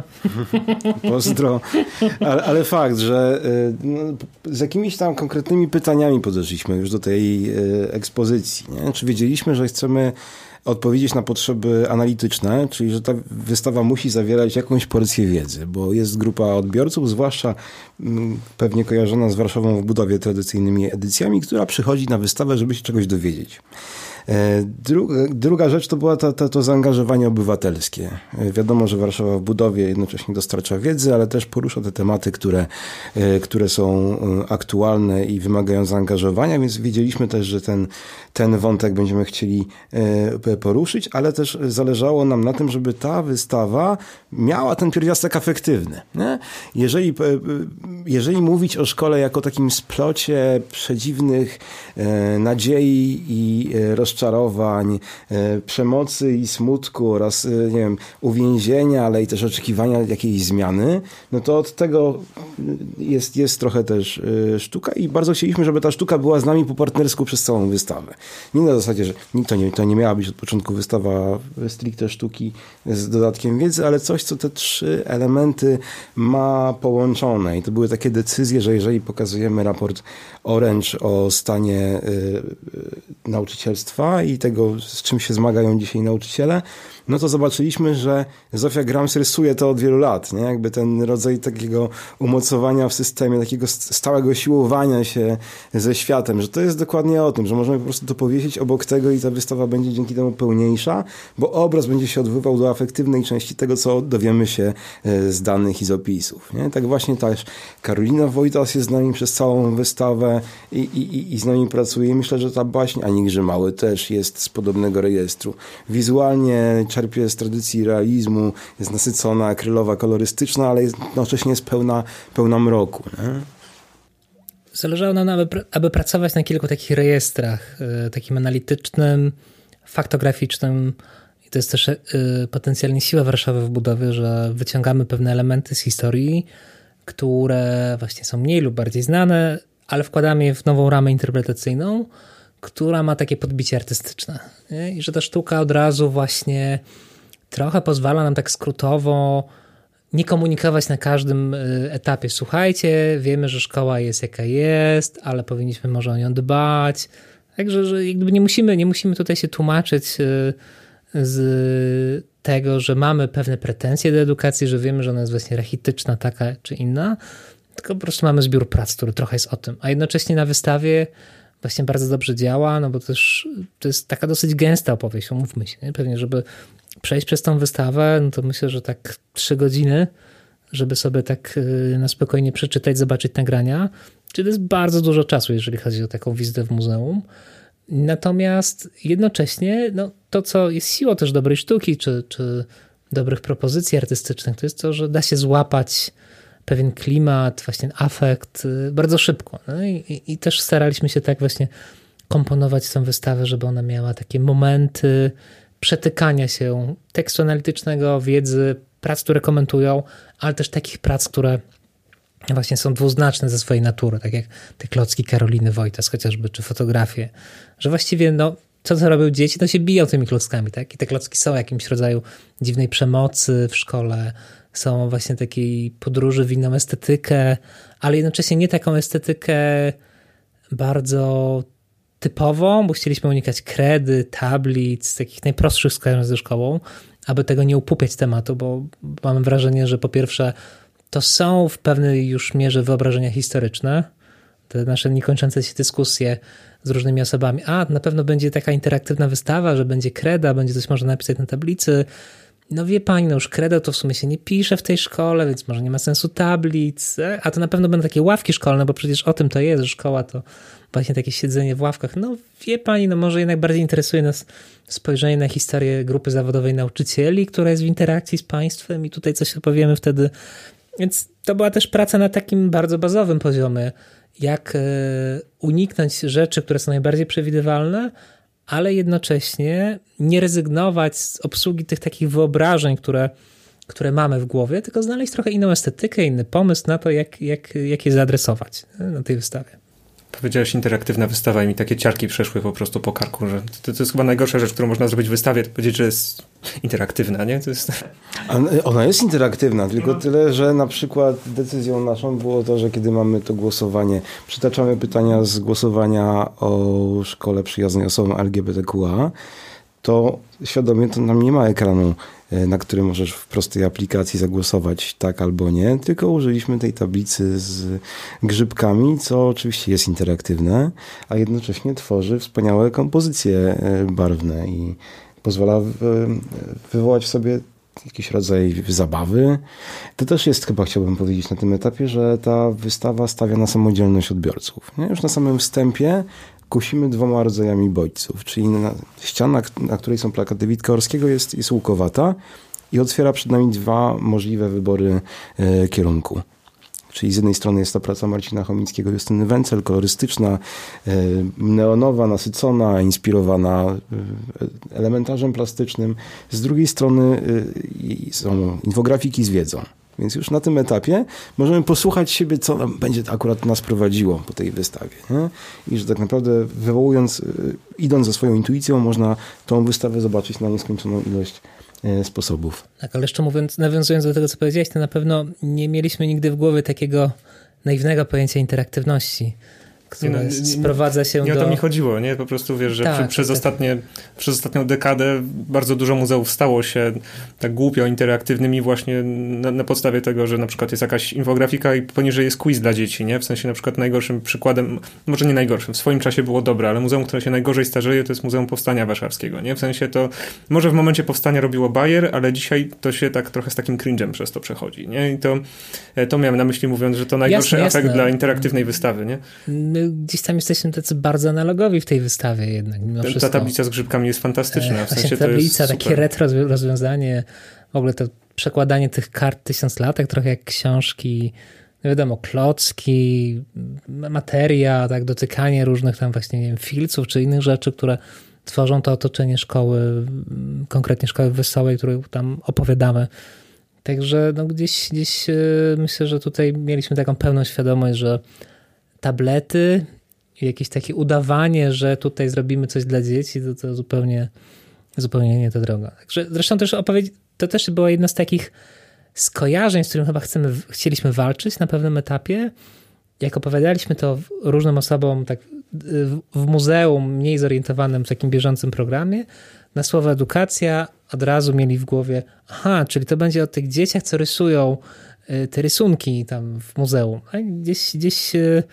Pozdro. Ale, ale fakt, że no, z jakimiś tam konkretnymi pytaniami podeszliśmy już do tej e, ekspozycji. Nie? Czy wiedzieliśmy, że chcemy odpowiedzieć na potrzeby analityczne, czyli że ta wystawa musi zawierać jakąś porcję wiedzy, bo jest grupa odbiorców, zwłaszcza m, pewnie kojarzona z Warszawą w budowie tradycyjnymi edycjami, która przychodzi na wystawę, żeby się czegoś dowiedzieć. Druga, druga rzecz to było to, to, to zaangażowanie obywatelskie. Wiadomo, że Warszawa w budowie jednocześnie dostarcza wiedzy, ale też porusza te tematy, które, które są aktualne i wymagają zaangażowania, więc wiedzieliśmy też, że ten, ten wątek będziemy chcieli poruszyć, ale też zależało nam na tym, żeby ta wystawa miała ten pierwiastek afektywny. Nie? Jeżeli, jeżeli mówić o szkole jako takim splocie przedziwnych nadziei i rozczarowań, rozczarowań, przemocy i smutku oraz, nie wiem, uwięzienia, ale i też oczekiwania jakiejś zmiany, no to od tego jest, jest trochę też sztuka i bardzo chcieliśmy, żeby ta sztuka była z nami po partnersku przez całą wystawę. Nie na zasadzie, że to nie, to nie miała być od początku wystawa stricte sztuki z dodatkiem wiedzy, ale coś, co te trzy elementy ma połączone i to były takie decyzje, że jeżeli pokazujemy raport Orange o stanie y, nauczycielstwa i tego, z czym się zmagają dzisiaj nauczyciele, no to zobaczyliśmy, że Zofia Grams rysuje to od wielu lat, nie? Jakby ten rodzaj takiego umocowania w systemie, takiego stałego siłowania się ze światem, że to jest dokładnie o tym, że możemy po prostu to powiesić obok tego i ta wystawa będzie dzięki temu pełniejsza, bo obraz będzie się odbywał do afektywnej części tego, co dowiemy się z danych i z opisów, nie? Tak właśnie też Karolina Wojtas jest z nami przez całą wystawę i, i, i z nami pracuje i myślę, że ta baśń Ani Grzymały też jest z podobnego rejestru. Wizualnie czerpie z tradycji realizmu, jest nasycona, akrylowa, kolorystyczna, ale jednocześnie jest pełna, pełna mroku. Nie? Zależało nam, aby, aby pracować na kilku takich rejestrach, takim analitycznym, faktograficznym i to jest też potencjalnie siła Warszawy w budowie, że wyciągamy pewne elementy z historii, które właśnie są mniej lub bardziej znane, ale wkładamy je w nową ramę interpretacyjną, która ma takie podbicie artystyczne. Nie? I że ta sztuka od razu właśnie trochę pozwala nam tak skrótowo nie komunikować na każdym etapie. Słuchajcie, wiemy, że szkoła jest jaka jest, ale powinniśmy może o nią dbać. Także że jakby nie musimy, nie musimy tutaj się tłumaczyć z tego, że mamy pewne pretensje do edukacji, że wiemy, że ona jest właśnie rachityczna, taka czy inna, tylko po prostu mamy zbiór prac, który trochę jest o tym. A jednocześnie na wystawie właśnie bardzo dobrze działa, no bo też to jest taka dosyć gęsta opowieść, umówmy się. Nie? Pewnie, żeby przejść przez tą wystawę, no to myślę, że tak trzy godziny, żeby sobie tak na spokojnie przeczytać, zobaczyć nagrania, czyli to jest bardzo dużo czasu, jeżeli chodzi o taką wizytę w muzeum. Natomiast jednocześnie no, to, co jest siłą też dobrej sztuki, czy, czy dobrych propozycji artystycznych, to jest to, że da się złapać pewien klimat, właśnie afekt bardzo szybko. No i, i też staraliśmy się tak właśnie komponować tę wystawę, żeby ona miała takie momenty przetykania się tekstu analitycznego, wiedzy, prac, które komentują, ale też takich prac, które właśnie są dwuznaczne ze swojej natury, tak jak te klocki Karoliny Wojtas chociażby, czy fotografie, że właściwie no, co co robią dzieci, to się biją tymi klockami, tak? I te klocki są jakimś rodzaju dziwnej przemocy w szkole, są właśnie takiej podróży w inną estetykę, ale jednocześnie nie taką estetykę bardzo typową, bo chcieliśmy unikać kredy, tablic, takich najprostszych skojarzeń ze szkołą, aby tego nie upupiać tematu, bo mam wrażenie, że po pierwsze to są w pewnej już mierze wyobrażenia historyczne, te nasze niekończące się dyskusje z różnymi osobami. A, na pewno będzie taka interaktywna wystawa, że będzie kreda, będzie coś można napisać na tablicy. No wie pani, no już kredo to w sumie się nie pisze w tej szkole, więc może nie ma sensu tablic, a to na pewno będą takie ławki szkolne, bo przecież o tym to jest, że szkoła to właśnie takie siedzenie w ławkach. No wie pani, no może jednak bardziej interesuje nas spojrzenie na historię grupy zawodowej nauczycieli, która jest w interakcji z państwem i tutaj coś opowiemy wtedy. Więc to była też praca na takim bardzo bazowym poziomie, jak uniknąć rzeczy, które są najbardziej przewidywalne, ale jednocześnie nie rezygnować z obsługi tych takich wyobrażeń, które, które mamy w głowie, tylko znaleźć trochę inną estetykę, inny pomysł na to, jak, jak, jak je zaadresować na tej wystawie. Powiedziałeś interaktywna wystawa i mi takie ciarki przeszły po prostu po karku, że to, to jest chyba najgorsza rzecz, którą można zrobić w wystawie, to powiedzieć, że jest interaktywna, nie? To jest... Ona jest interaktywna, tylko tyle, że na przykład decyzją naszą było to, że kiedy mamy to głosowanie, przytaczamy pytania z głosowania o szkole przyjaznej osobom L G B T Q A, to świadomie to nam nie ma ekranu, na którym możesz w prostej aplikacji zagłosować tak albo nie, tylko użyliśmy tej tablicy z grzybkami, co oczywiście jest interaktywne, a jednocześnie tworzy wspaniałe kompozycje barwne i pozwala wywołać w sobie jakiś rodzaj zabawy. To też jest, chyba chciałbym powiedzieć na tym etapie, że ta wystawa stawia na samodzielność odbiorców. Nie? Już na samym wstępie kusimy dwoma rodzajami bodźców, czyli na, ściana, na której są plakaty Witka Orskiego, jest, jest łukowata i otwiera przed nami dwa możliwe wybory e, kierunku. Czyli z jednej strony jest to praca Marcina Chomickiego, Justyny Wencel, kolorystyczna, e, neonowa, nasycona, inspirowana e, elementarzem plastycznym. Z drugiej strony e, są infografiki z wiedzą. Więc już na tym etapie możemy posłuchać siebie, co nam będzie akurat nas prowadziło po tej wystawie. Nie? I że tak naprawdę wywołując, idąc za swoją intuicją, można tą wystawę zobaczyć na nieskończoną ilość sposobów. Tak, ale jeszcze mówiąc, nawiązując do tego, co powiedziałeś, to na pewno nie mieliśmy nigdy w głowie takiego naiwnego pojęcia interaktywności, które no, sprowadza się nie do... Nie o to mi chodziło, nie? Po prostu wiesz, że tak, przy, przez, tak, ostatnie, tak. przez ostatnią dekadę bardzo dużo muzeów stało się tak głupio interaktywnymi właśnie na, na podstawie tego, że na przykład jest jakaś infografika i poniżej jest quiz dla dzieci, nie? W sensie na przykład najgorszym przykładem, może nie najgorszym, w swoim czasie było dobre, ale muzeum, które się najgorzej starzeje, to jest Muzeum Powstania Warszawskiego, nie? W sensie to może w momencie powstania robiło bajer, ale dzisiaj to się tak trochę z takim cringe'em przez to przechodzi, nie? I to, to miałem na myśli mówiąc, że to najgorszy jasne, efekt jasne. dla interaktywnej wystawy, nie? My gdzieś tam jesteśmy tacy bardzo analogowi w tej wystawie jednak, mimo Ta, wszystko. ta tablica z grzybkami jest fantastyczna. W sensie Właśnie tablica, to jest takie retro rozwiązanie, w ogóle to przekładanie tych kart tysiąclatek, trochę jak książki, no wiadomo, klocki, materia, tak, dotykanie różnych tam właśnie, nie wiem, filców czy innych rzeczy, które tworzą to otoczenie szkoły, konkretnie szkoły wesołej, której tam opowiadamy. Także no gdzieś, gdzieś myślę, że tutaj mieliśmy taką pełną świadomość, że tablety i jakieś takie udawanie, że tutaj zrobimy coś dla dzieci, to, to zupełnie, zupełnie nie ta droga. Także zresztą też opowiedź, to też była jedna z takich skojarzeń, z którym chyba chcemy, chcieliśmy walczyć na pewnym etapie. Jak opowiadaliśmy to różnym osobom tak w muzeum, mniej zorientowanym w takim bieżącym programie, na słowo edukacja od razu mieli w głowie, aha, czyli to będzie o tych dzieciach, co rysują te rysunki tam w muzeum. A gdzieś, gdzieś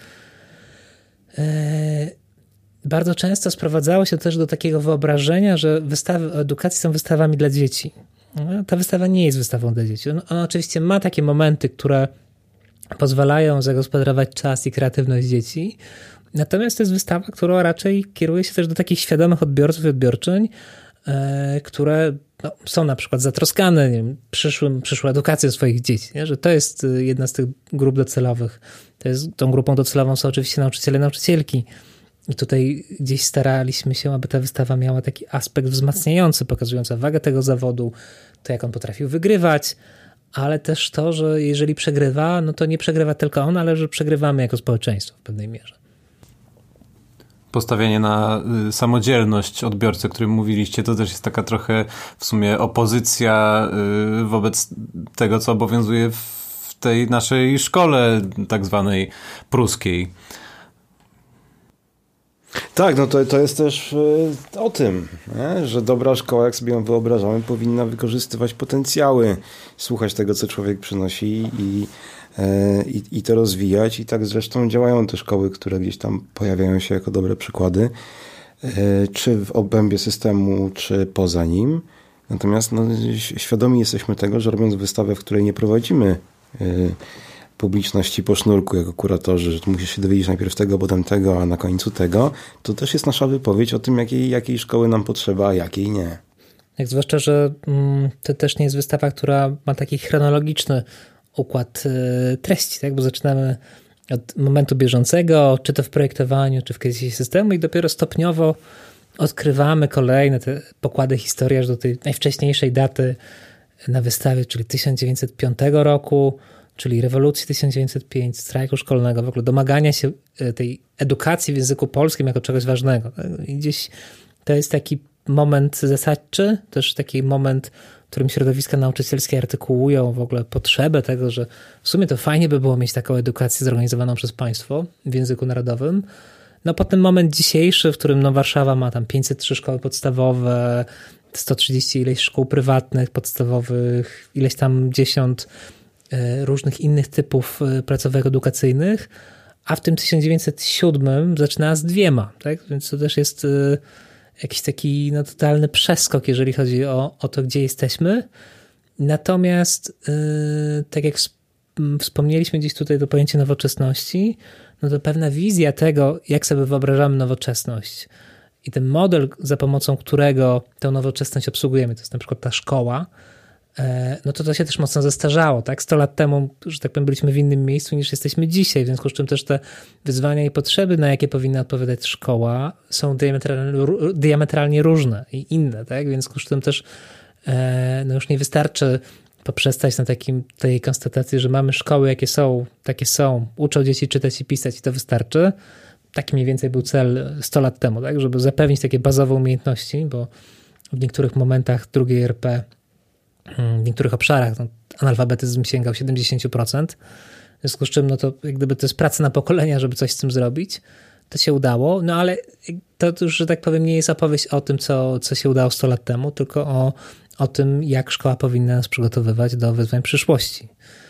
bardzo często sprowadzało się też do takiego wyobrażenia, że wystawy o edukacji są wystawami dla dzieci. Ta wystawa nie jest wystawą dla dzieci. Ona oczywiście ma takie momenty, które pozwalają zagospodarować czas i kreatywność dzieci, natomiast to jest wystawa, która raczej kieruje się też do takich świadomych odbiorców i odbiorczyń, które no, są na przykład zatroskane, nie wiem, przyszłym, przyszłą edukacją swoich dzieci, nie? Że to jest jedna z tych grup docelowych. To jest, tą grupą docelową są oczywiście nauczyciele, nauczycielki. I tutaj gdzieś staraliśmy się, aby ta wystawa miała taki aspekt wzmacniający, pokazujący wagę tego zawodu, to jak on potrafił wygrywać, ale też to, że jeżeli przegrywa, no to nie przegrywa tylko on, ale że przegrywamy jako społeczeństwo w pewnej mierze. Postawienie na samodzielność odbiorcy, o którym mówiliście, to też jest taka trochę w sumie opozycja wobec tego, co obowiązuje w tej naszej szkole tak zwanej pruskiej. Tak, no to, to jest też y, o tym, nie? Że dobra szkoła, jak sobie ją wyobrażamy, powinna wykorzystywać potencjały, słuchać tego, co człowiek przynosi i, y, i, i to rozwijać. I tak zresztą działają te szkoły, które gdzieś tam pojawiają się jako dobre przykłady, y, czy w obrębie systemu, czy poza nim. Natomiast no, świadomi jesteśmy tego, że robiąc wystawę, w której nie prowadzimy y, publiczności po sznurku jako kuratorzy, że tu musisz się dowiedzieć najpierw tego, potem tego, a na końcu tego, to też jest nasza wypowiedź o tym, jakiej, jakiej szkoły nam potrzeba, a jakiej nie. Jak zwłaszcza, że mm, to też nie jest wystawa, która ma taki chronologiczny układ y, treści, tak? Bo zaczynamy od momentu bieżącego, czy to w projektowaniu, czy w kryzysie systemu i dopiero stopniowo odkrywamy kolejne te pokłady historii aż do tej najwcześniejszej daty na wystawie, czyli tysiąc dziewięćset piątego roku, czyli rewolucji tysiąc dziewięćset piątego, strajku szkolnego, w ogóle domagania się tej edukacji w języku polskim jako czegoś ważnego. I gdzieś to jest taki moment zasadczy, też taki moment, w którym środowiska nauczycielskie artykułują w ogóle potrzebę tego, że w sumie to fajnie by było mieć taką edukację zorganizowaną przez państwo w języku narodowym. No potem moment dzisiejszy, w którym no Warszawa ma tam pięćset trzy szkoły podstawowe, sto trzydzieści ileś szkół prywatnych, podstawowych, ileś tam dziesiąt różnych innych typów placówek edukacyjnych, a w tym tysiąc dziewięćset siódmym zaczynała z dwiema, tak? Więc to też jest jakiś taki no, totalny przeskok, jeżeli chodzi o, o to, gdzie jesteśmy. Natomiast tak jak wspomnieliśmy gdzieś tutaj do pojęcia nowoczesności, no to pewna wizja tego, jak sobie wyobrażamy nowoczesność i ten model, za pomocą którego tę nowoczesność obsługujemy, to jest na przykład ta szkoła, no to to się też mocno zestarzało, tak? sto lat temu, że tak powiem, byliśmy w innym miejscu niż jesteśmy dzisiaj, w związku z czym też te wyzwania i potrzeby, na jakie powinna odpowiadać szkoła, są diametralnie, diametralnie różne i inne, tak? W związku z tym też no już nie wystarczy poprzestać na takim, tej konstatacji, że mamy szkoły, jakie są, takie są, uczą dzieci czytać i pisać i to wystarczy. Taki mniej więcej był cel sto lat temu, tak? Żeby zapewnić takie bazowe umiejętności, bo w niektórych momentach drugiej R P w niektórych obszarach no, analfabetyzm sięgał siedemdziesiąt procent, w związku z czym no to jak gdyby to jest praca na pokolenia, żeby coś z tym zrobić, to się udało, no ale to już, że tak powiem, nie jest opowieść o tym, co, co się udało sto lat temu, tylko o, o tym, jak szkoła powinna nas przygotowywać do wyzwań przyszłości.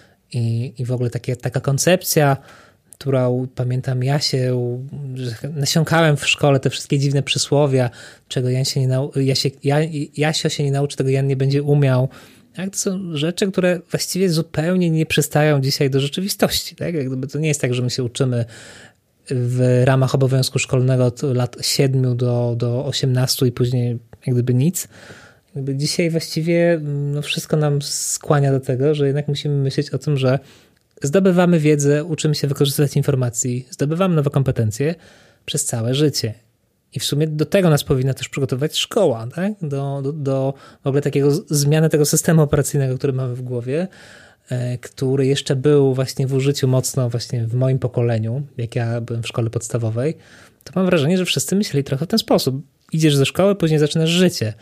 I, i w ogóle takie, taka koncepcja, którą pamiętam ja się, że nasiąkałem w szkole te wszystkie dziwne przysłowia, czego Jan się nie nau- ja się, ja, Jasio się nie nauczy, tego Jan nie będzie umiał. Tak? To są rzeczy, które właściwie zupełnie nie przystają dzisiaj do rzeczywistości. Tak? Jak gdyby to nie jest tak, że my się uczymy w ramach obowiązku szkolnego od lat siedmiu do, do osiemnastu i później jak gdyby nic. Jakby dzisiaj właściwie no wszystko nam skłania do tego, że jednak musimy myśleć o tym, że zdobywamy wiedzę, uczymy się wykorzystywać informacji, zdobywamy nowe kompetencje przez całe życie. I w sumie do tego nas powinna też przygotować szkoła, tak? do, do, do w ogóle takiego zmiany tego systemu operacyjnego, który mamy w głowie, który jeszcze był właśnie w użyciu mocno właśnie w moim pokoleniu, jak ja byłem w szkole podstawowej, to mam wrażenie, że wszyscy myśleli trochę w ten sposób. Idziesz ze szkoły, później zaczynasz życie.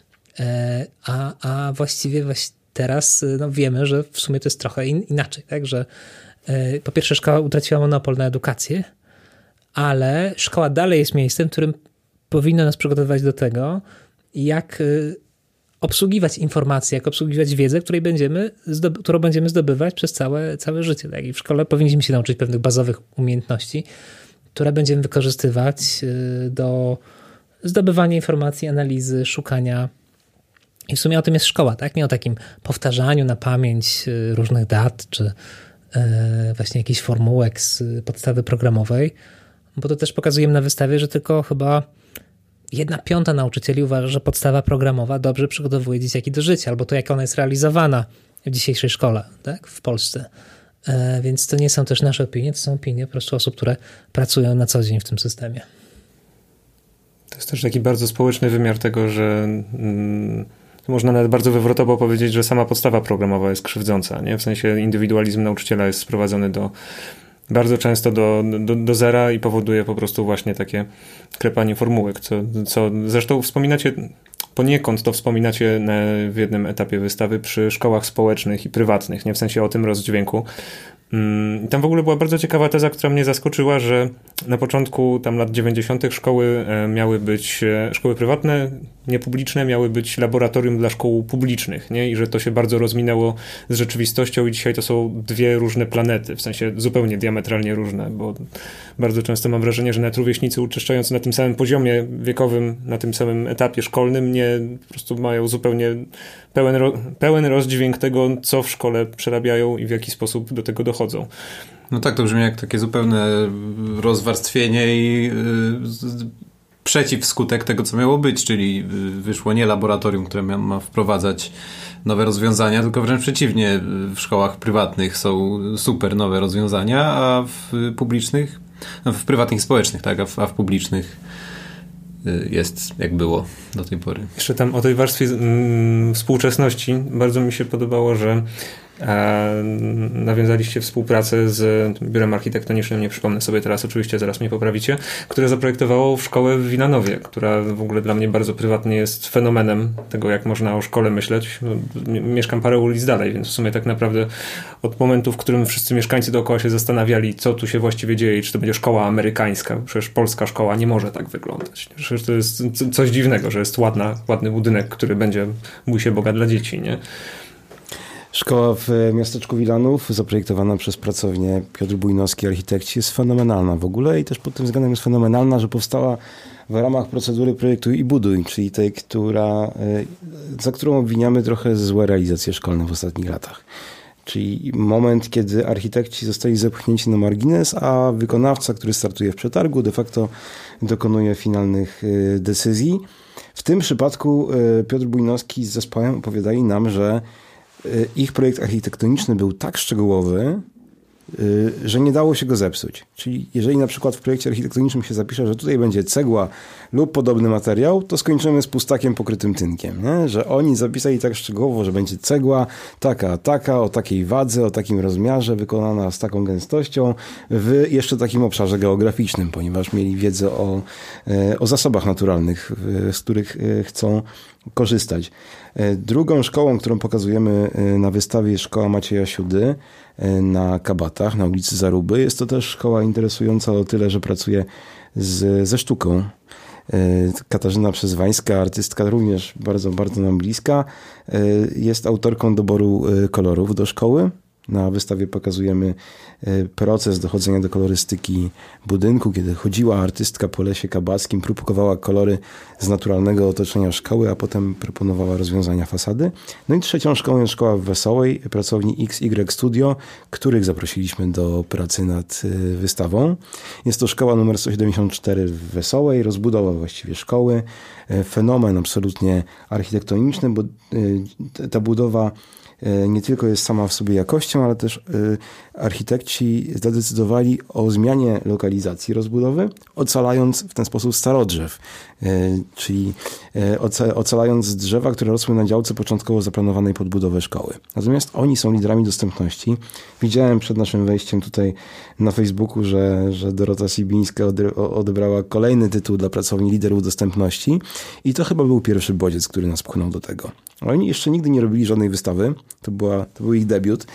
A, a właściwie właśnie teraz no, wiemy, że w sumie to jest trochę in, inaczej, tak? Że y, po pierwsze szkoła utraciła monopol na edukację, ale szkoła dalej jest miejscem, w którym powinno nas przygotowywać do tego, jak y, obsługiwać informacje, jak obsługiwać wiedzę, której będziemy zdoby, którą będziemy zdobywać przez całe, całe życie. Tak? I w szkole powinniśmy się nauczyć pewnych bazowych umiejętności, które będziemy wykorzystywać y, do zdobywania informacji, analizy, szukania. I w sumie o tym jest szkoła, tak? Nie o takim powtarzaniu na pamięć różnych dat, czy właśnie jakichś formułek z podstawy programowej, bo to też pokazujemy na wystawie, że tylko chyba jedna piąta nauczycieli uważa, że podstawa programowa dobrze przygotowuje dzieciaki do życia, albo to, jak ona jest realizowana w dzisiejszej szkole, tak? W Polsce. Więc to nie są też nasze opinie, to są opinie po prostu osób, które pracują na co dzień w tym systemie. To jest też taki bardzo społeczny wymiar tego, że mm, można nawet bardzo wywrotowo powiedzieć, że sama podstawa programowa jest krzywdząca, nie? W sensie indywidualizm nauczyciela jest sprowadzony do bardzo często do, do, do zera i powoduje po prostu właśnie takie klepanie formułek, co, co zresztą wspominacie, poniekąd to wspominacie na, w jednym etapie wystawy przy szkołach społecznych i prywatnych, nie? W sensie o tym rozdźwięku, I tam w ogóle była bardzo ciekawa teza, która mnie zaskoczyła, że na początku tam lat dziewięćdziesiątych szkoły miały być, szkoły prywatne, niepubliczne, miały być laboratorium dla szkół publicznych, nie? I że to się bardzo rozminęło z rzeczywistością i dzisiaj to są dwie różne planety, w sensie zupełnie diametralnie różne, bo bardzo często mam wrażenie, że nawet rówieśnicy uczęszczający na tym samym poziomie wiekowym, na tym samym etapie szkolnym nie po prostu mają zupełnie pełen, ro, pełen rozdźwięk tego, co w szkole przerabiają i w jaki sposób do tego dochodzą. No tak, to brzmi jak takie zupełne rozwarstwienie i yy, przeciwskutek tego, co miało być, czyli wyszło nie laboratorium, które ma, ma wprowadzać nowe rozwiązania, tylko wręcz przeciwnie, w szkołach prywatnych są super nowe rozwiązania, a w publicznych, no w prywatnych i społecznych, tak, a w, a w publicznych jest jak było do tej pory. Jeszcze tam o tej warstwie mm, współczesności bardzo mi się podobało, że e, nawiązaliście współpracę z Biurem Architektonicznym, nie przypomnę sobie teraz, oczywiście zaraz mnie poprawicie, które zaprojektowało szkołę w Wilanowie, która w ogóle dla mnie bardzo prywatnie jest fenomenem tego, jak można o szkole myśleć. Mieszkam parę ulic dalej, więc w sumie tak naprawdę od momentu, w którym wszyscy mieszkańcy dookoła się zastanawiali, co tu się właściwie dzieje i czy to będzie szkoła amerykańska, przecież polska szkoła nie może tak wyglądać. Przecież to jest coś dziwnego, że jest ładna, ładny budynek, który będzie bój się Boga dla dzieci, nie? Szkoła w miasteczku Wilanów, zaprojektowana przez pracownię Piotr Bujnowski, architekci, jest fenomenalna w ogóle i też pod tym względem jest fenomenalna, że powstała w ramach procedury Projektuj i Buduj, czyli tej, która, za którą obwiniamy trochę złe realizacje szkolne w ostatnich latach. Czyli moment, kiedy architekci zostali zepchnięci na margines, a wykonawca, który startuje w przetargu, de facto dokonuje finalnych decyzji. W tym przypadku Piotr Bujnowski z zespołem opowiadali nam, że ich projekt architektoniczny był tak szczegółowy, że nie dało się go zepsuć. Czyli jeżeli na przykład w projekcie architektonicznym się zapisze, że tutaj będzie cegła lub podobny materiał, to skończymy z pustakiem pokrytym tynkiem. Nie? Że oni zapisali tak szczegółowo, że będzie cegła taka, taka, o takiej wadze, o takim rozmiarze, wykonana z taką gęstością, w jeszcze takim obszarze geograficznym, ponieważ mieli wiedzę o, o zasobach naturalnych, z których chcą korzystać. Drugą szkołą, którą pokazujemy na wystawie, jest szkoła Macieja Siudy na Kabatach, na ulicy Zaruby. Jest to też szkoła interesująca o tyle, że pracuje z, ze sztuką. Katarzyna Przyzwańska, artystka również bardzo, bardzo nam bliska, jest autorką doboru kolorów do szkoły. Na wystawie pokazujemy proces dochodzenia do kolorystyki budynku, kiedy chodziła artystka po lesie kabackim, próbowała kolory z naturalnego otoczenia szkoły, a potem proponowała rozwiązania fasady. No i trzecią szkołą jest szkoła w Wesołej, pracowni X Y Studio, których zaprosiliśmy do pracy nad wystawą. Jest to szkoła numer sto siedemdziesiąt cztery w Wesołej, rozbudowa właściwie szkoły, fenomen absolutnie architektoniczny, bo ta budowa nie tylko jest sama w sobie jakością, ale też architekci zadecydowali o zmianie lokalizacji rozbudowy, ocalając w ten sposób starodrzew, czyli ocalając drzewa, które rosły na działce początkowo zaplanowanej pod budowę szkoły. Natomiast oni są liderami dostępności. Widziałem przed naszym wejściem tutaj na Facebooku, że, że Dorota Sibińska odebrała kolejny tytuł dla pracowni liderów dostępności i to chyba był pierwszy bodziec, który nas pchnął do tego. Oni jeszcze nigdy nie robili żadnej wystawy. To, była, to był ich debiut.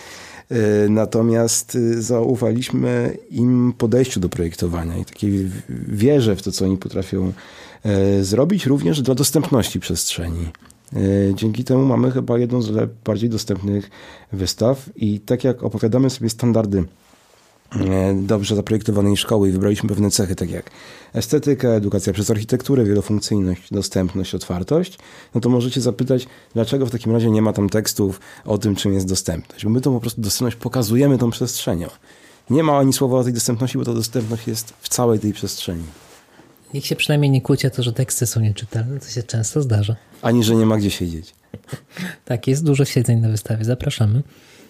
Natomiast zaufaliśmy im podejściu do projektowania i takiej wierze w to, co oni potrafią zrobić, również dla dostępności przestrzeni. Dzięki temu mamy chyba jedną z bardziej dostępnych wystaw i tak jak opowiadamy sobie standardy dobrze zaprojektowanej szkoły i wybraliśmy pewne cechy, tak jak estetyka, edukacja przez architekturę, wielofunkcyjność, dostępność, otwartość, no to możecie zapytać, dlaczego w takim razie nie ma tam tekstów o tym, czym jest dostępność. Bo my to po prostu dostępność pokazujemy tą przestrzenią. Nie ma ani słowa o tej dostępności, bo ta dostępność jest w całej tej przestrzeni. Niech się przynajmniej nie kłóci o to, że teksty są nieczytelne, to się często zdarza. Ani, że nie ma gdzie siedzieć. Tak, jest dużo siedzeń na wystawie, zapraszamy.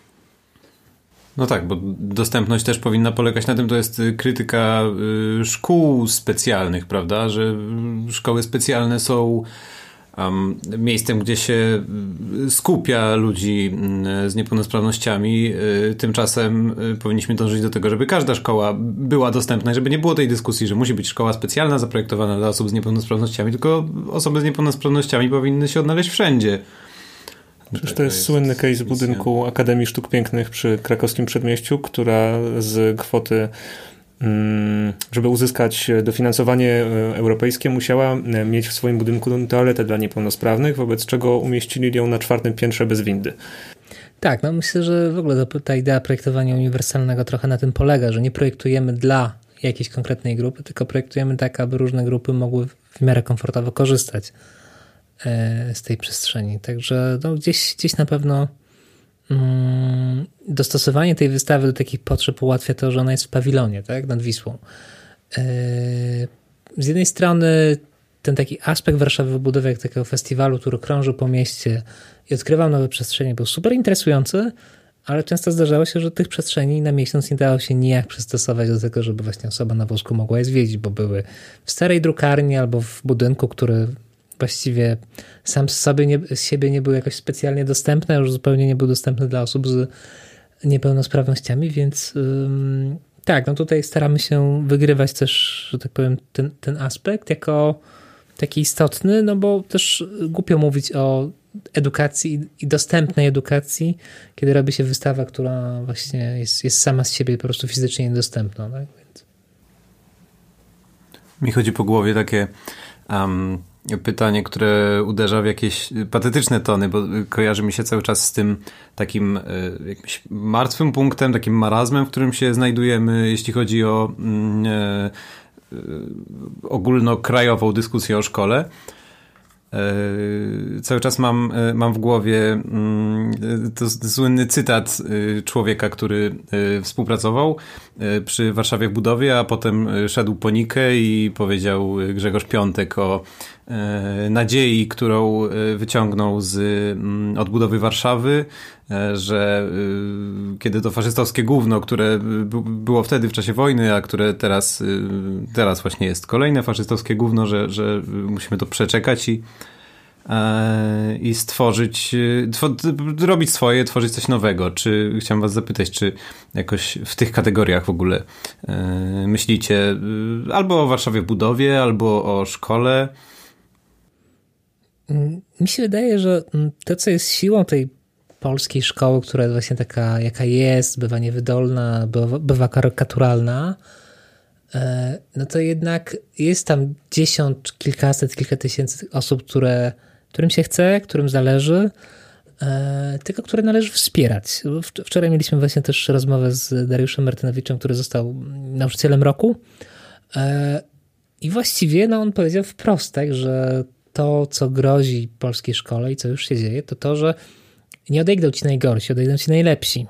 No tak, bo dostępność też powinna polegać na tym, to jest krytyka szkół specjalnych, prawda, że szkoły specjalne są um, miejscem, gdzie się skupia ludzi z niepełnosprawnościami. Tymczasem powinniśmy dążyć do tego, żeby każda szkoła była dostępna, żeby nie było tej dyskusji, że musi być szkoła specjalna zaprojektowana dla osób z niepełnosprawnościami, tylko osoby z niepełnosprawnościami powinny się odnaleźć wszędzie. Przecież to, to jest, jest słynny case budynku Akademii Sztuk Pięknych przy krakowskim Przedmieściu, która z kwoty, żeby uzyskać dofinansowanie europejskie, musiała mieć w swoim budynku toaletę dla niepełnosprawnych, wobec czego umieścili ją na czwartym piętrze bez windy. Tak, no myślę, że w ogóle ta idea projektowania uniwersalnego trochę na tym polega, że nie projektujemy dla jakiejś konkretnej grupy, tylko projektujemy tak, aby różne grupy mogły w miarę komfortowo korzystać z tej przestrzeni. Także no, gdzieś, gdzieś na pewno mm, dostosowanie tej wystawy do takich potrzeb ułatwia to, że ona jest w pawilonie, tak, nad Wisłą. Z jednej strony ten taki aspekt Warszawy Wybudowy, jak takiego festiwalu, który krążył po mieście i odkrywał nowe przestrzenie, był super interesujący, ale często zdarzało się, że tych przestrzeni na miesiąc nie dało się nijak przystosować do tego, żeby właśnie osoba na wózku mogła je zwiedzić, bo były w starej drukarni albo w budynku, który właściwie sam z sobie nie, z siebie nie był jakoś specjalnie dostępny, a już zupełnie nie był dostępny dla osób z niepełnosprawnościami, więc ym, tak, no tutaj staramy się wygrywać też, że tak powiem, ten, ten aspekt jako taki istotny, no bo też głupio mówić o edukacji i dostępnej edukacji, kiedy robi się wystawa, która właśnie jest, jest sama z siebie po prostu fizycznie niedostępna. Tak? Więc... Mi chodzi po głowie takie um, pytanie, które uderza w jakieś patetyczne tony, bo kojarzy mi się cały czas z tym takim y, jakimś martwym punktem, takim marazmem, w którym się znajdujemy, jeśli chodzi o y, y, ogólnokrajową dyskusję o szkole. Cały czas mam, mam w głowie to słynny cytat człowieka, który współpracował przy Warszawie w budowie, a potem szedł po Nikę i powiedział Grzegorz Piątek o nadziei, którą wyciągnął z odbudowy Warszawy, że kiedy to faszystowskie gówno, które było wtedy w czasie wojny, a które teraz, teraz właśnie jest kolejne faszystowskie gówno, że, że musimy to przeczekać i, i stworzyć, robić swoje, tworzyć coś nowego. Czy chciałem was zapytać, czy jakoś w tych kategoriach w ogóle myślicie albo o Warszawie w budowie, albo o szkole? Mi się wydaje, że to, co jest siłą tej polskiej szkoły, która jest właśnie taka, jaka jest, bywa niewydolna, bywa, bywa karykaturalna, no to jednak jest tam dziesiąt, kilkaset, kilka tysięcy osób, które, którym się chce, którym zależy, tylko które należy wspierać. Wczoraj mieliśmy właśnie też rozmowę z Dariuszem Martynowiczem, który został nauczycielem roku i właściwie no, on powiedział wprost, tak, że to, co grozi polskiej szkole i co już się dzieje, to to, że nie odejdą ci najgorsi, odejdą ci najlepsi.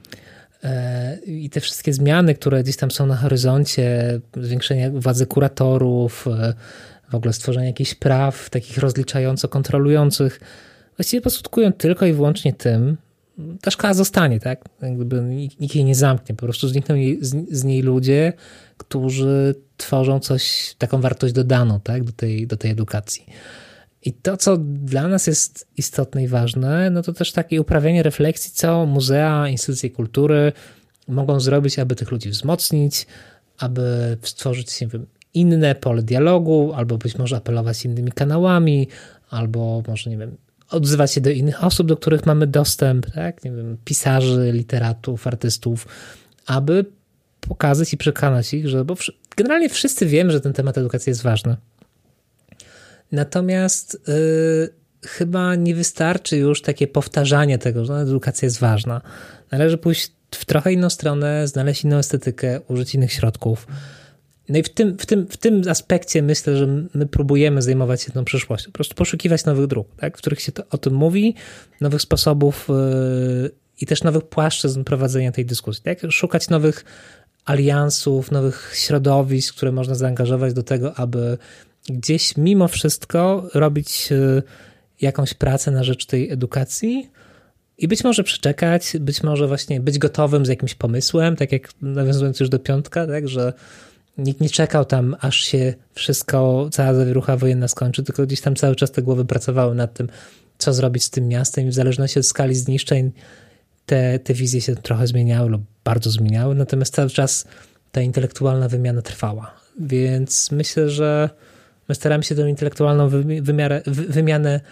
I te wszystkie zmiany, które gdzieś tam są na horyzoncie, zwiększenie władzy kuratorów, w ogóle stworzenie jakichś praw takich rozliczająco-kontrolujących, właściwie poskutkują tylko i wyłącznie tym, ta szkoła zostanie, tak? Jakby nikt jej nie zamknie, po prostu znikną jej, z, z niej ludzie, którzy tworzą coś, taką wartość dodaną, tak? do, tej, do tej edukacji. I to, co dla nas jest istotne i ważne, no to też takie uprawianie refleksji, co muzea, instytucje kultury mogą zrobić, aby tych ludzi wzmocnić, aby stworzyć, nie wiem, inne pole dialogu, albo być może apelować innymi kanałami, albo może, nie wiem, odzywać się do innych osób, do których mamy dostęp, tak? Nie wiem, pisarzy, literatów, artystów, aby pokazać i przekonać ich, że bo generalnie wszyscy wiemy, że ten temat edukacji jest ważny. Natomiast yy, chyba nie wystarczy już takie powtarzanie tego, że edukacja jest ważna. Należy pójść w trochę inną stronę, znaleźć inną estetykę, użyć innych środków. No i w tym, w tym, w tym aspekcie myślę, że my próbujemy zajmować się tą przyszłością. Po prostu poszukiwać nowych dróg, tak, w których się to, o tym mówi, nowych sposobów yy, i też nowych płaszczyzn prowadzenia tej dyskusji. Tak? Szukać nowych aliansów, nowych środowisk, które można zaangażować do tego, aby gdzieś mimo wszystko robić jakąś pracę na rzecz tej edukacji i być może przeczekać, być może właśnie być gotowym z jakimś pomysłem, tak jak nawiązując już do Piątka, tak, że nikt nie czekał tam, aż się wszystko, cała zawierucha wojenna skończy, tylko gdzieś tam cały czas te głowy pracowały nad tym, co zrobić z tym miastem i w zależności od skali zniszczeń te, te wizje się trochę zmieniały lub bardzo zmieniały, natomiast cały czas ta intelektualna wymiana trwała. Więc myślę, że my staramy się tę intelektualną wymiarę, wymianę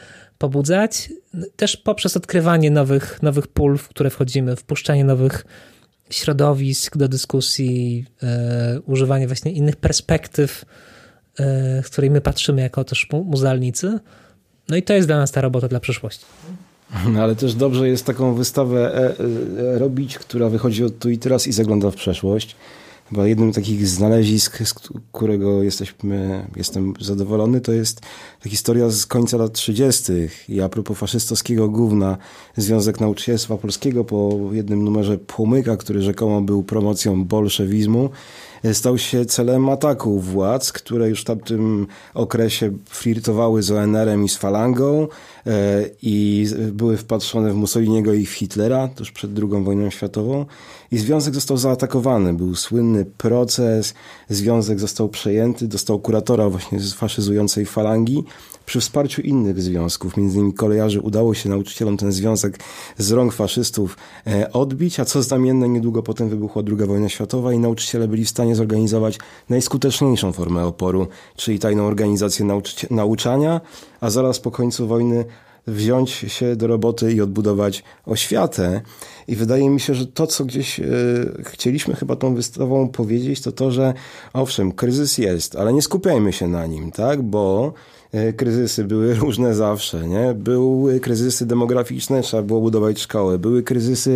pobudzać, też poprzez odkrywanie nowych, nowych pól, w które wchodzimy, wpuszczanie nowych środowisk do dyskusji, e, używanie właśnie innych perspektyw, e, z której my patrzymy jako też muzealnicy. No i to jest dla nas ta robota dla przyszłości. No, ale też dobrze jest taką wystawę e, e, robić, która wychodzi od tu i teraz i zagląda w przeszłość. Chyba jednym z takich znalezisk, z którego jesteśmy, jestem zadowolony, to jest ta historia z końca lat trzydziestych. I a propos faszystowskiego gówna, Związek Nauczycielstwa Polskiego po jednym numerze Płomyka, który rzekomo był promocją bolszewizmu, stał się celem ataku władz, które już w tamtym okresie flirtowały z O N R-em i z falangą e, i były wpatrzone w Mussoliniego i w Hitlera tuż przed drugą wojną światową. I związek został zaatakowany. Był słynny proces, związek został przejęty, dostał kuratora właśnie z faszyzującej falangi. Przy wsparciu innych związków, między innymi kolejarzy, udało się nauczycielom ten związek z rąk faszystów odbić, a co znamienne, niedługo potem wybuchła druga wojna światowa i nauczyciele byli w stanie zorganizować najskuteczniejszą formę oporu, czyli tajną organizację nauczyci- nauczania, a zaraz po końcu wojny wziąć się do roboty i odbudować oświatę. I wydaje mi się, że to, co gdzieś e, chcieliśmy chyba tą wystawą powiedzieć, to to, że owszem, kryzys jest, ale nie skupiajmy się na nim, tak, bo kryzysy były różne zawsze, nie? Były kryzysy demograficzne, trzeba było budować szkoły. Były kryzysy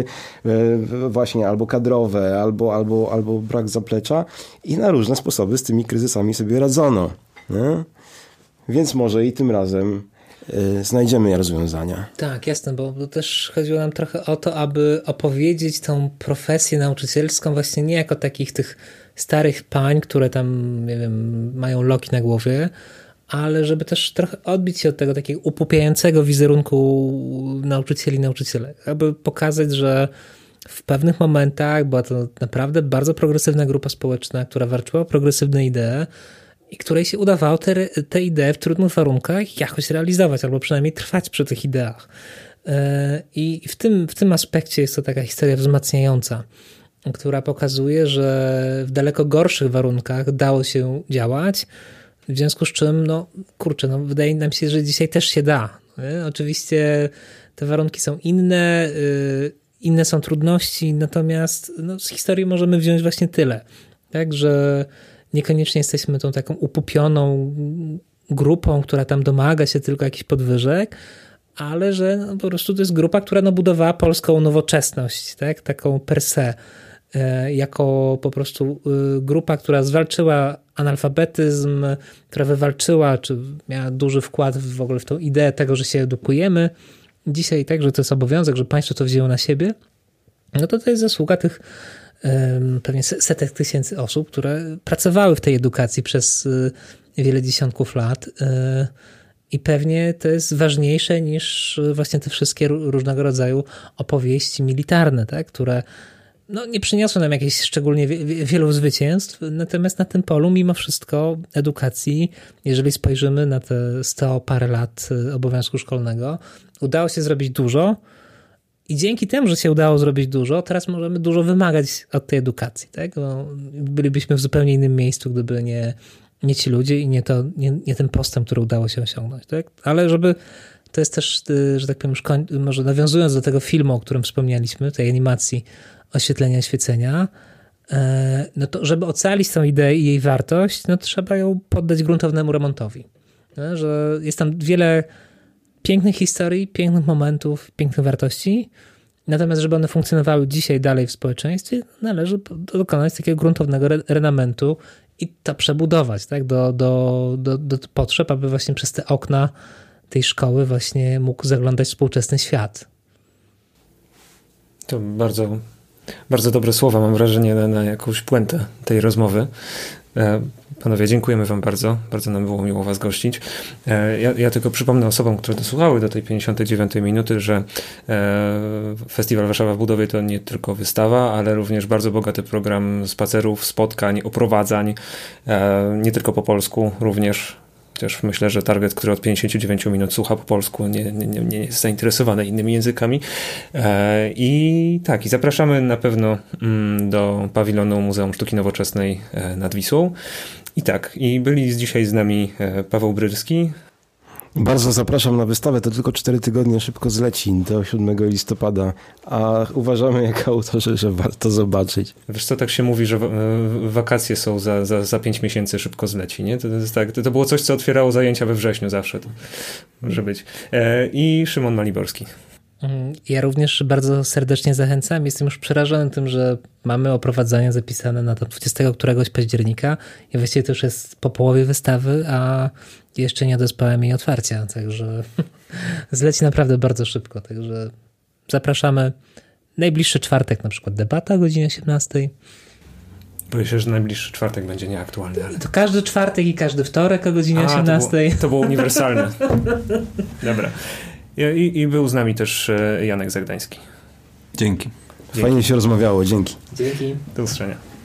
właśnie albo kadrowe, albo, albo, albo brak zaplecza i na różne sposoby z tymi kryzysami sobie radzono. Nie? Więc może i tym razem znajdziemy rozwiązania. Tak, jasne, bo to też chodziło nam trochę o to, aby opowiedzieć tą profesję nauczycielską właśnie nie jako takich tych starych pań, które tam, nie wiem, mają loki na głowie, ale żeby też trochę odbić się od tego takiego upupiającego wizerunku nauczycieli, nauczycielek, aby pokazać, że w pewnych momentach była to naprawdę bardzo progresywna grupa społeczna, która walczyła o progresywne idee i której się udawało te, te idee w trudnych warunkach jakoś realizować, albo przynajmniej trwać przy tych ideach. I w tym, w tym aspekcie jest to taka historia wzmacniająca, która pokazuje, że w daleko gorszych warunkach dało się działać, w związku z czym, no kurczę, no wydaje nam się, że dzisiaj też się da. Nie? Oczywiście te warunki są inne, yy, inne są trudności, natomiast no, z historii możemy wziąć właśnie tyle. Tak, że niekoniecznie jesteśmy tą taką upupioną grupą, która tam domaga się tylko jakichś podwyżek, ale że no, po prostu to jest grupa, która no, budowała polską nowoczesność, tak? Taką per se. Jako po prostu grupa, która zwalczyła analfabetyzm, która wywalczyła, czy miała duży wkład w ogóle w tą ideę tego, że się edukujemy. Dzisiaj tak, że to jest obowiązek, że państwo to wzięło na siebie, no to to jest zasługa tych um, pewnie setek tysięcy osób, które pracowały w tej edukacji przez wiele dziesiątków lat i pewnie to jest ważniejsze niż właśnie te wszystkie różnego rodzaju opowieści militarne, tak, które no, nie przyniosły nam jakichś szczególnie wielu zwycięstw, natomiast na tym polu mimo wszystko edukacji, jeżeli spojrzymy na te sto parę lat obowiązku szkolnego, udało się zrobić dużo i dzięki temu, że się udało zrobić dużo, teraz możemy dużo wymagać od tej edukacji. Tak? Bo bylibyśmy w zupełnie innym miejscu, gdyby nie, nie ci ludzie i nie, to, nie, nie ten postęp, który udało się osiągnąć. Tak? Ale żeby to jest też, że tak powiem, już koń, może nawiązując do tego filmu, o którym wspomnieliśmy, tej animacji oświetlenia, świecenia, no to żeby ocalić tę ideę i jej wartość, no to trzeba ją poddać gruntownemu remontowi. No, że jest tam wiele pięknych historii, pięknych momentów, pięknych wartości, natomiast żeby one funkcjonowały dzisiaj dalej w społeczeństwie, należy dokonać takiego gruntownego renamentu i to przebudować, tak, do, do, do, do potrzeb, aby właśnie przez te okna tej szkoły właśnie mógł zaglądać współczesny świat. To bardzo, bardzo dobre słowa, mam wrażenie, na, na jakąś puentę tej rozmowy. Panowie, dziękujemy wam bardzo. Bardzo nam było miło was gościć. Ja, ja tylko przypomnę osobom, które dosłuchały do tej pięćdziesiątej dziewiątej minuty, że Festiwal Warszawa w budowie to nie tylko wystawa, ale również bardzo bogaty program spacerów, spotkań, oprowadzań. Nie tylko po polsku, również. Chociaż myślę, że target, który od pięćdziesięciu dziewięciu minut słucha po polsku, nie, nie, nie jest zainteresowany innymi językami. I tak, i zapraszamy na pewno do pawilonu Muzeum Sztuki Nowoczesnej nad Wisłą. I tak, i byli dzisiaj z nami Paweł Brylski Bardzo zapraszam na wystawę, to tylko cztery tygodnie szybko zleci do siódmego listopada, a uważamy jako autorzy, że warto zobaczyć. Wiesz co, tak się mówi, że wakacje są za, za, za pięć miesięcy szybko zleci, nie? To, to, jest tak, to, to było coś, co otwierało zajęcia we wrześniu zawsze, to może być. E, I Szymon Maliborski. Ja również bardzo serdecznie zachęcam. Jestem już przerażony tym, że mamy oprowadzania zapisane na to dwudziestego któregoś października i właściwie to już jest po połowie wystawy, a jeszcze nie odespałem jej otwarcia, także zleci naprawdę bardzo szybko, także zapraszamy. Najbliższy czwartek na przykład debata o godzinie osiemnastej. Boję się, że najbliższy czwartek będzie nieaktualny. Ale... To każdy czwartek i każdy wtorek o godzinie a, osiemnastej. To było, to było uniwersalne. Dobra. I, I był z nami też Janek Zagdański. Dzięki. Fajnie się rozmawiało, dzięki. Dzięki. Do usłyszenia.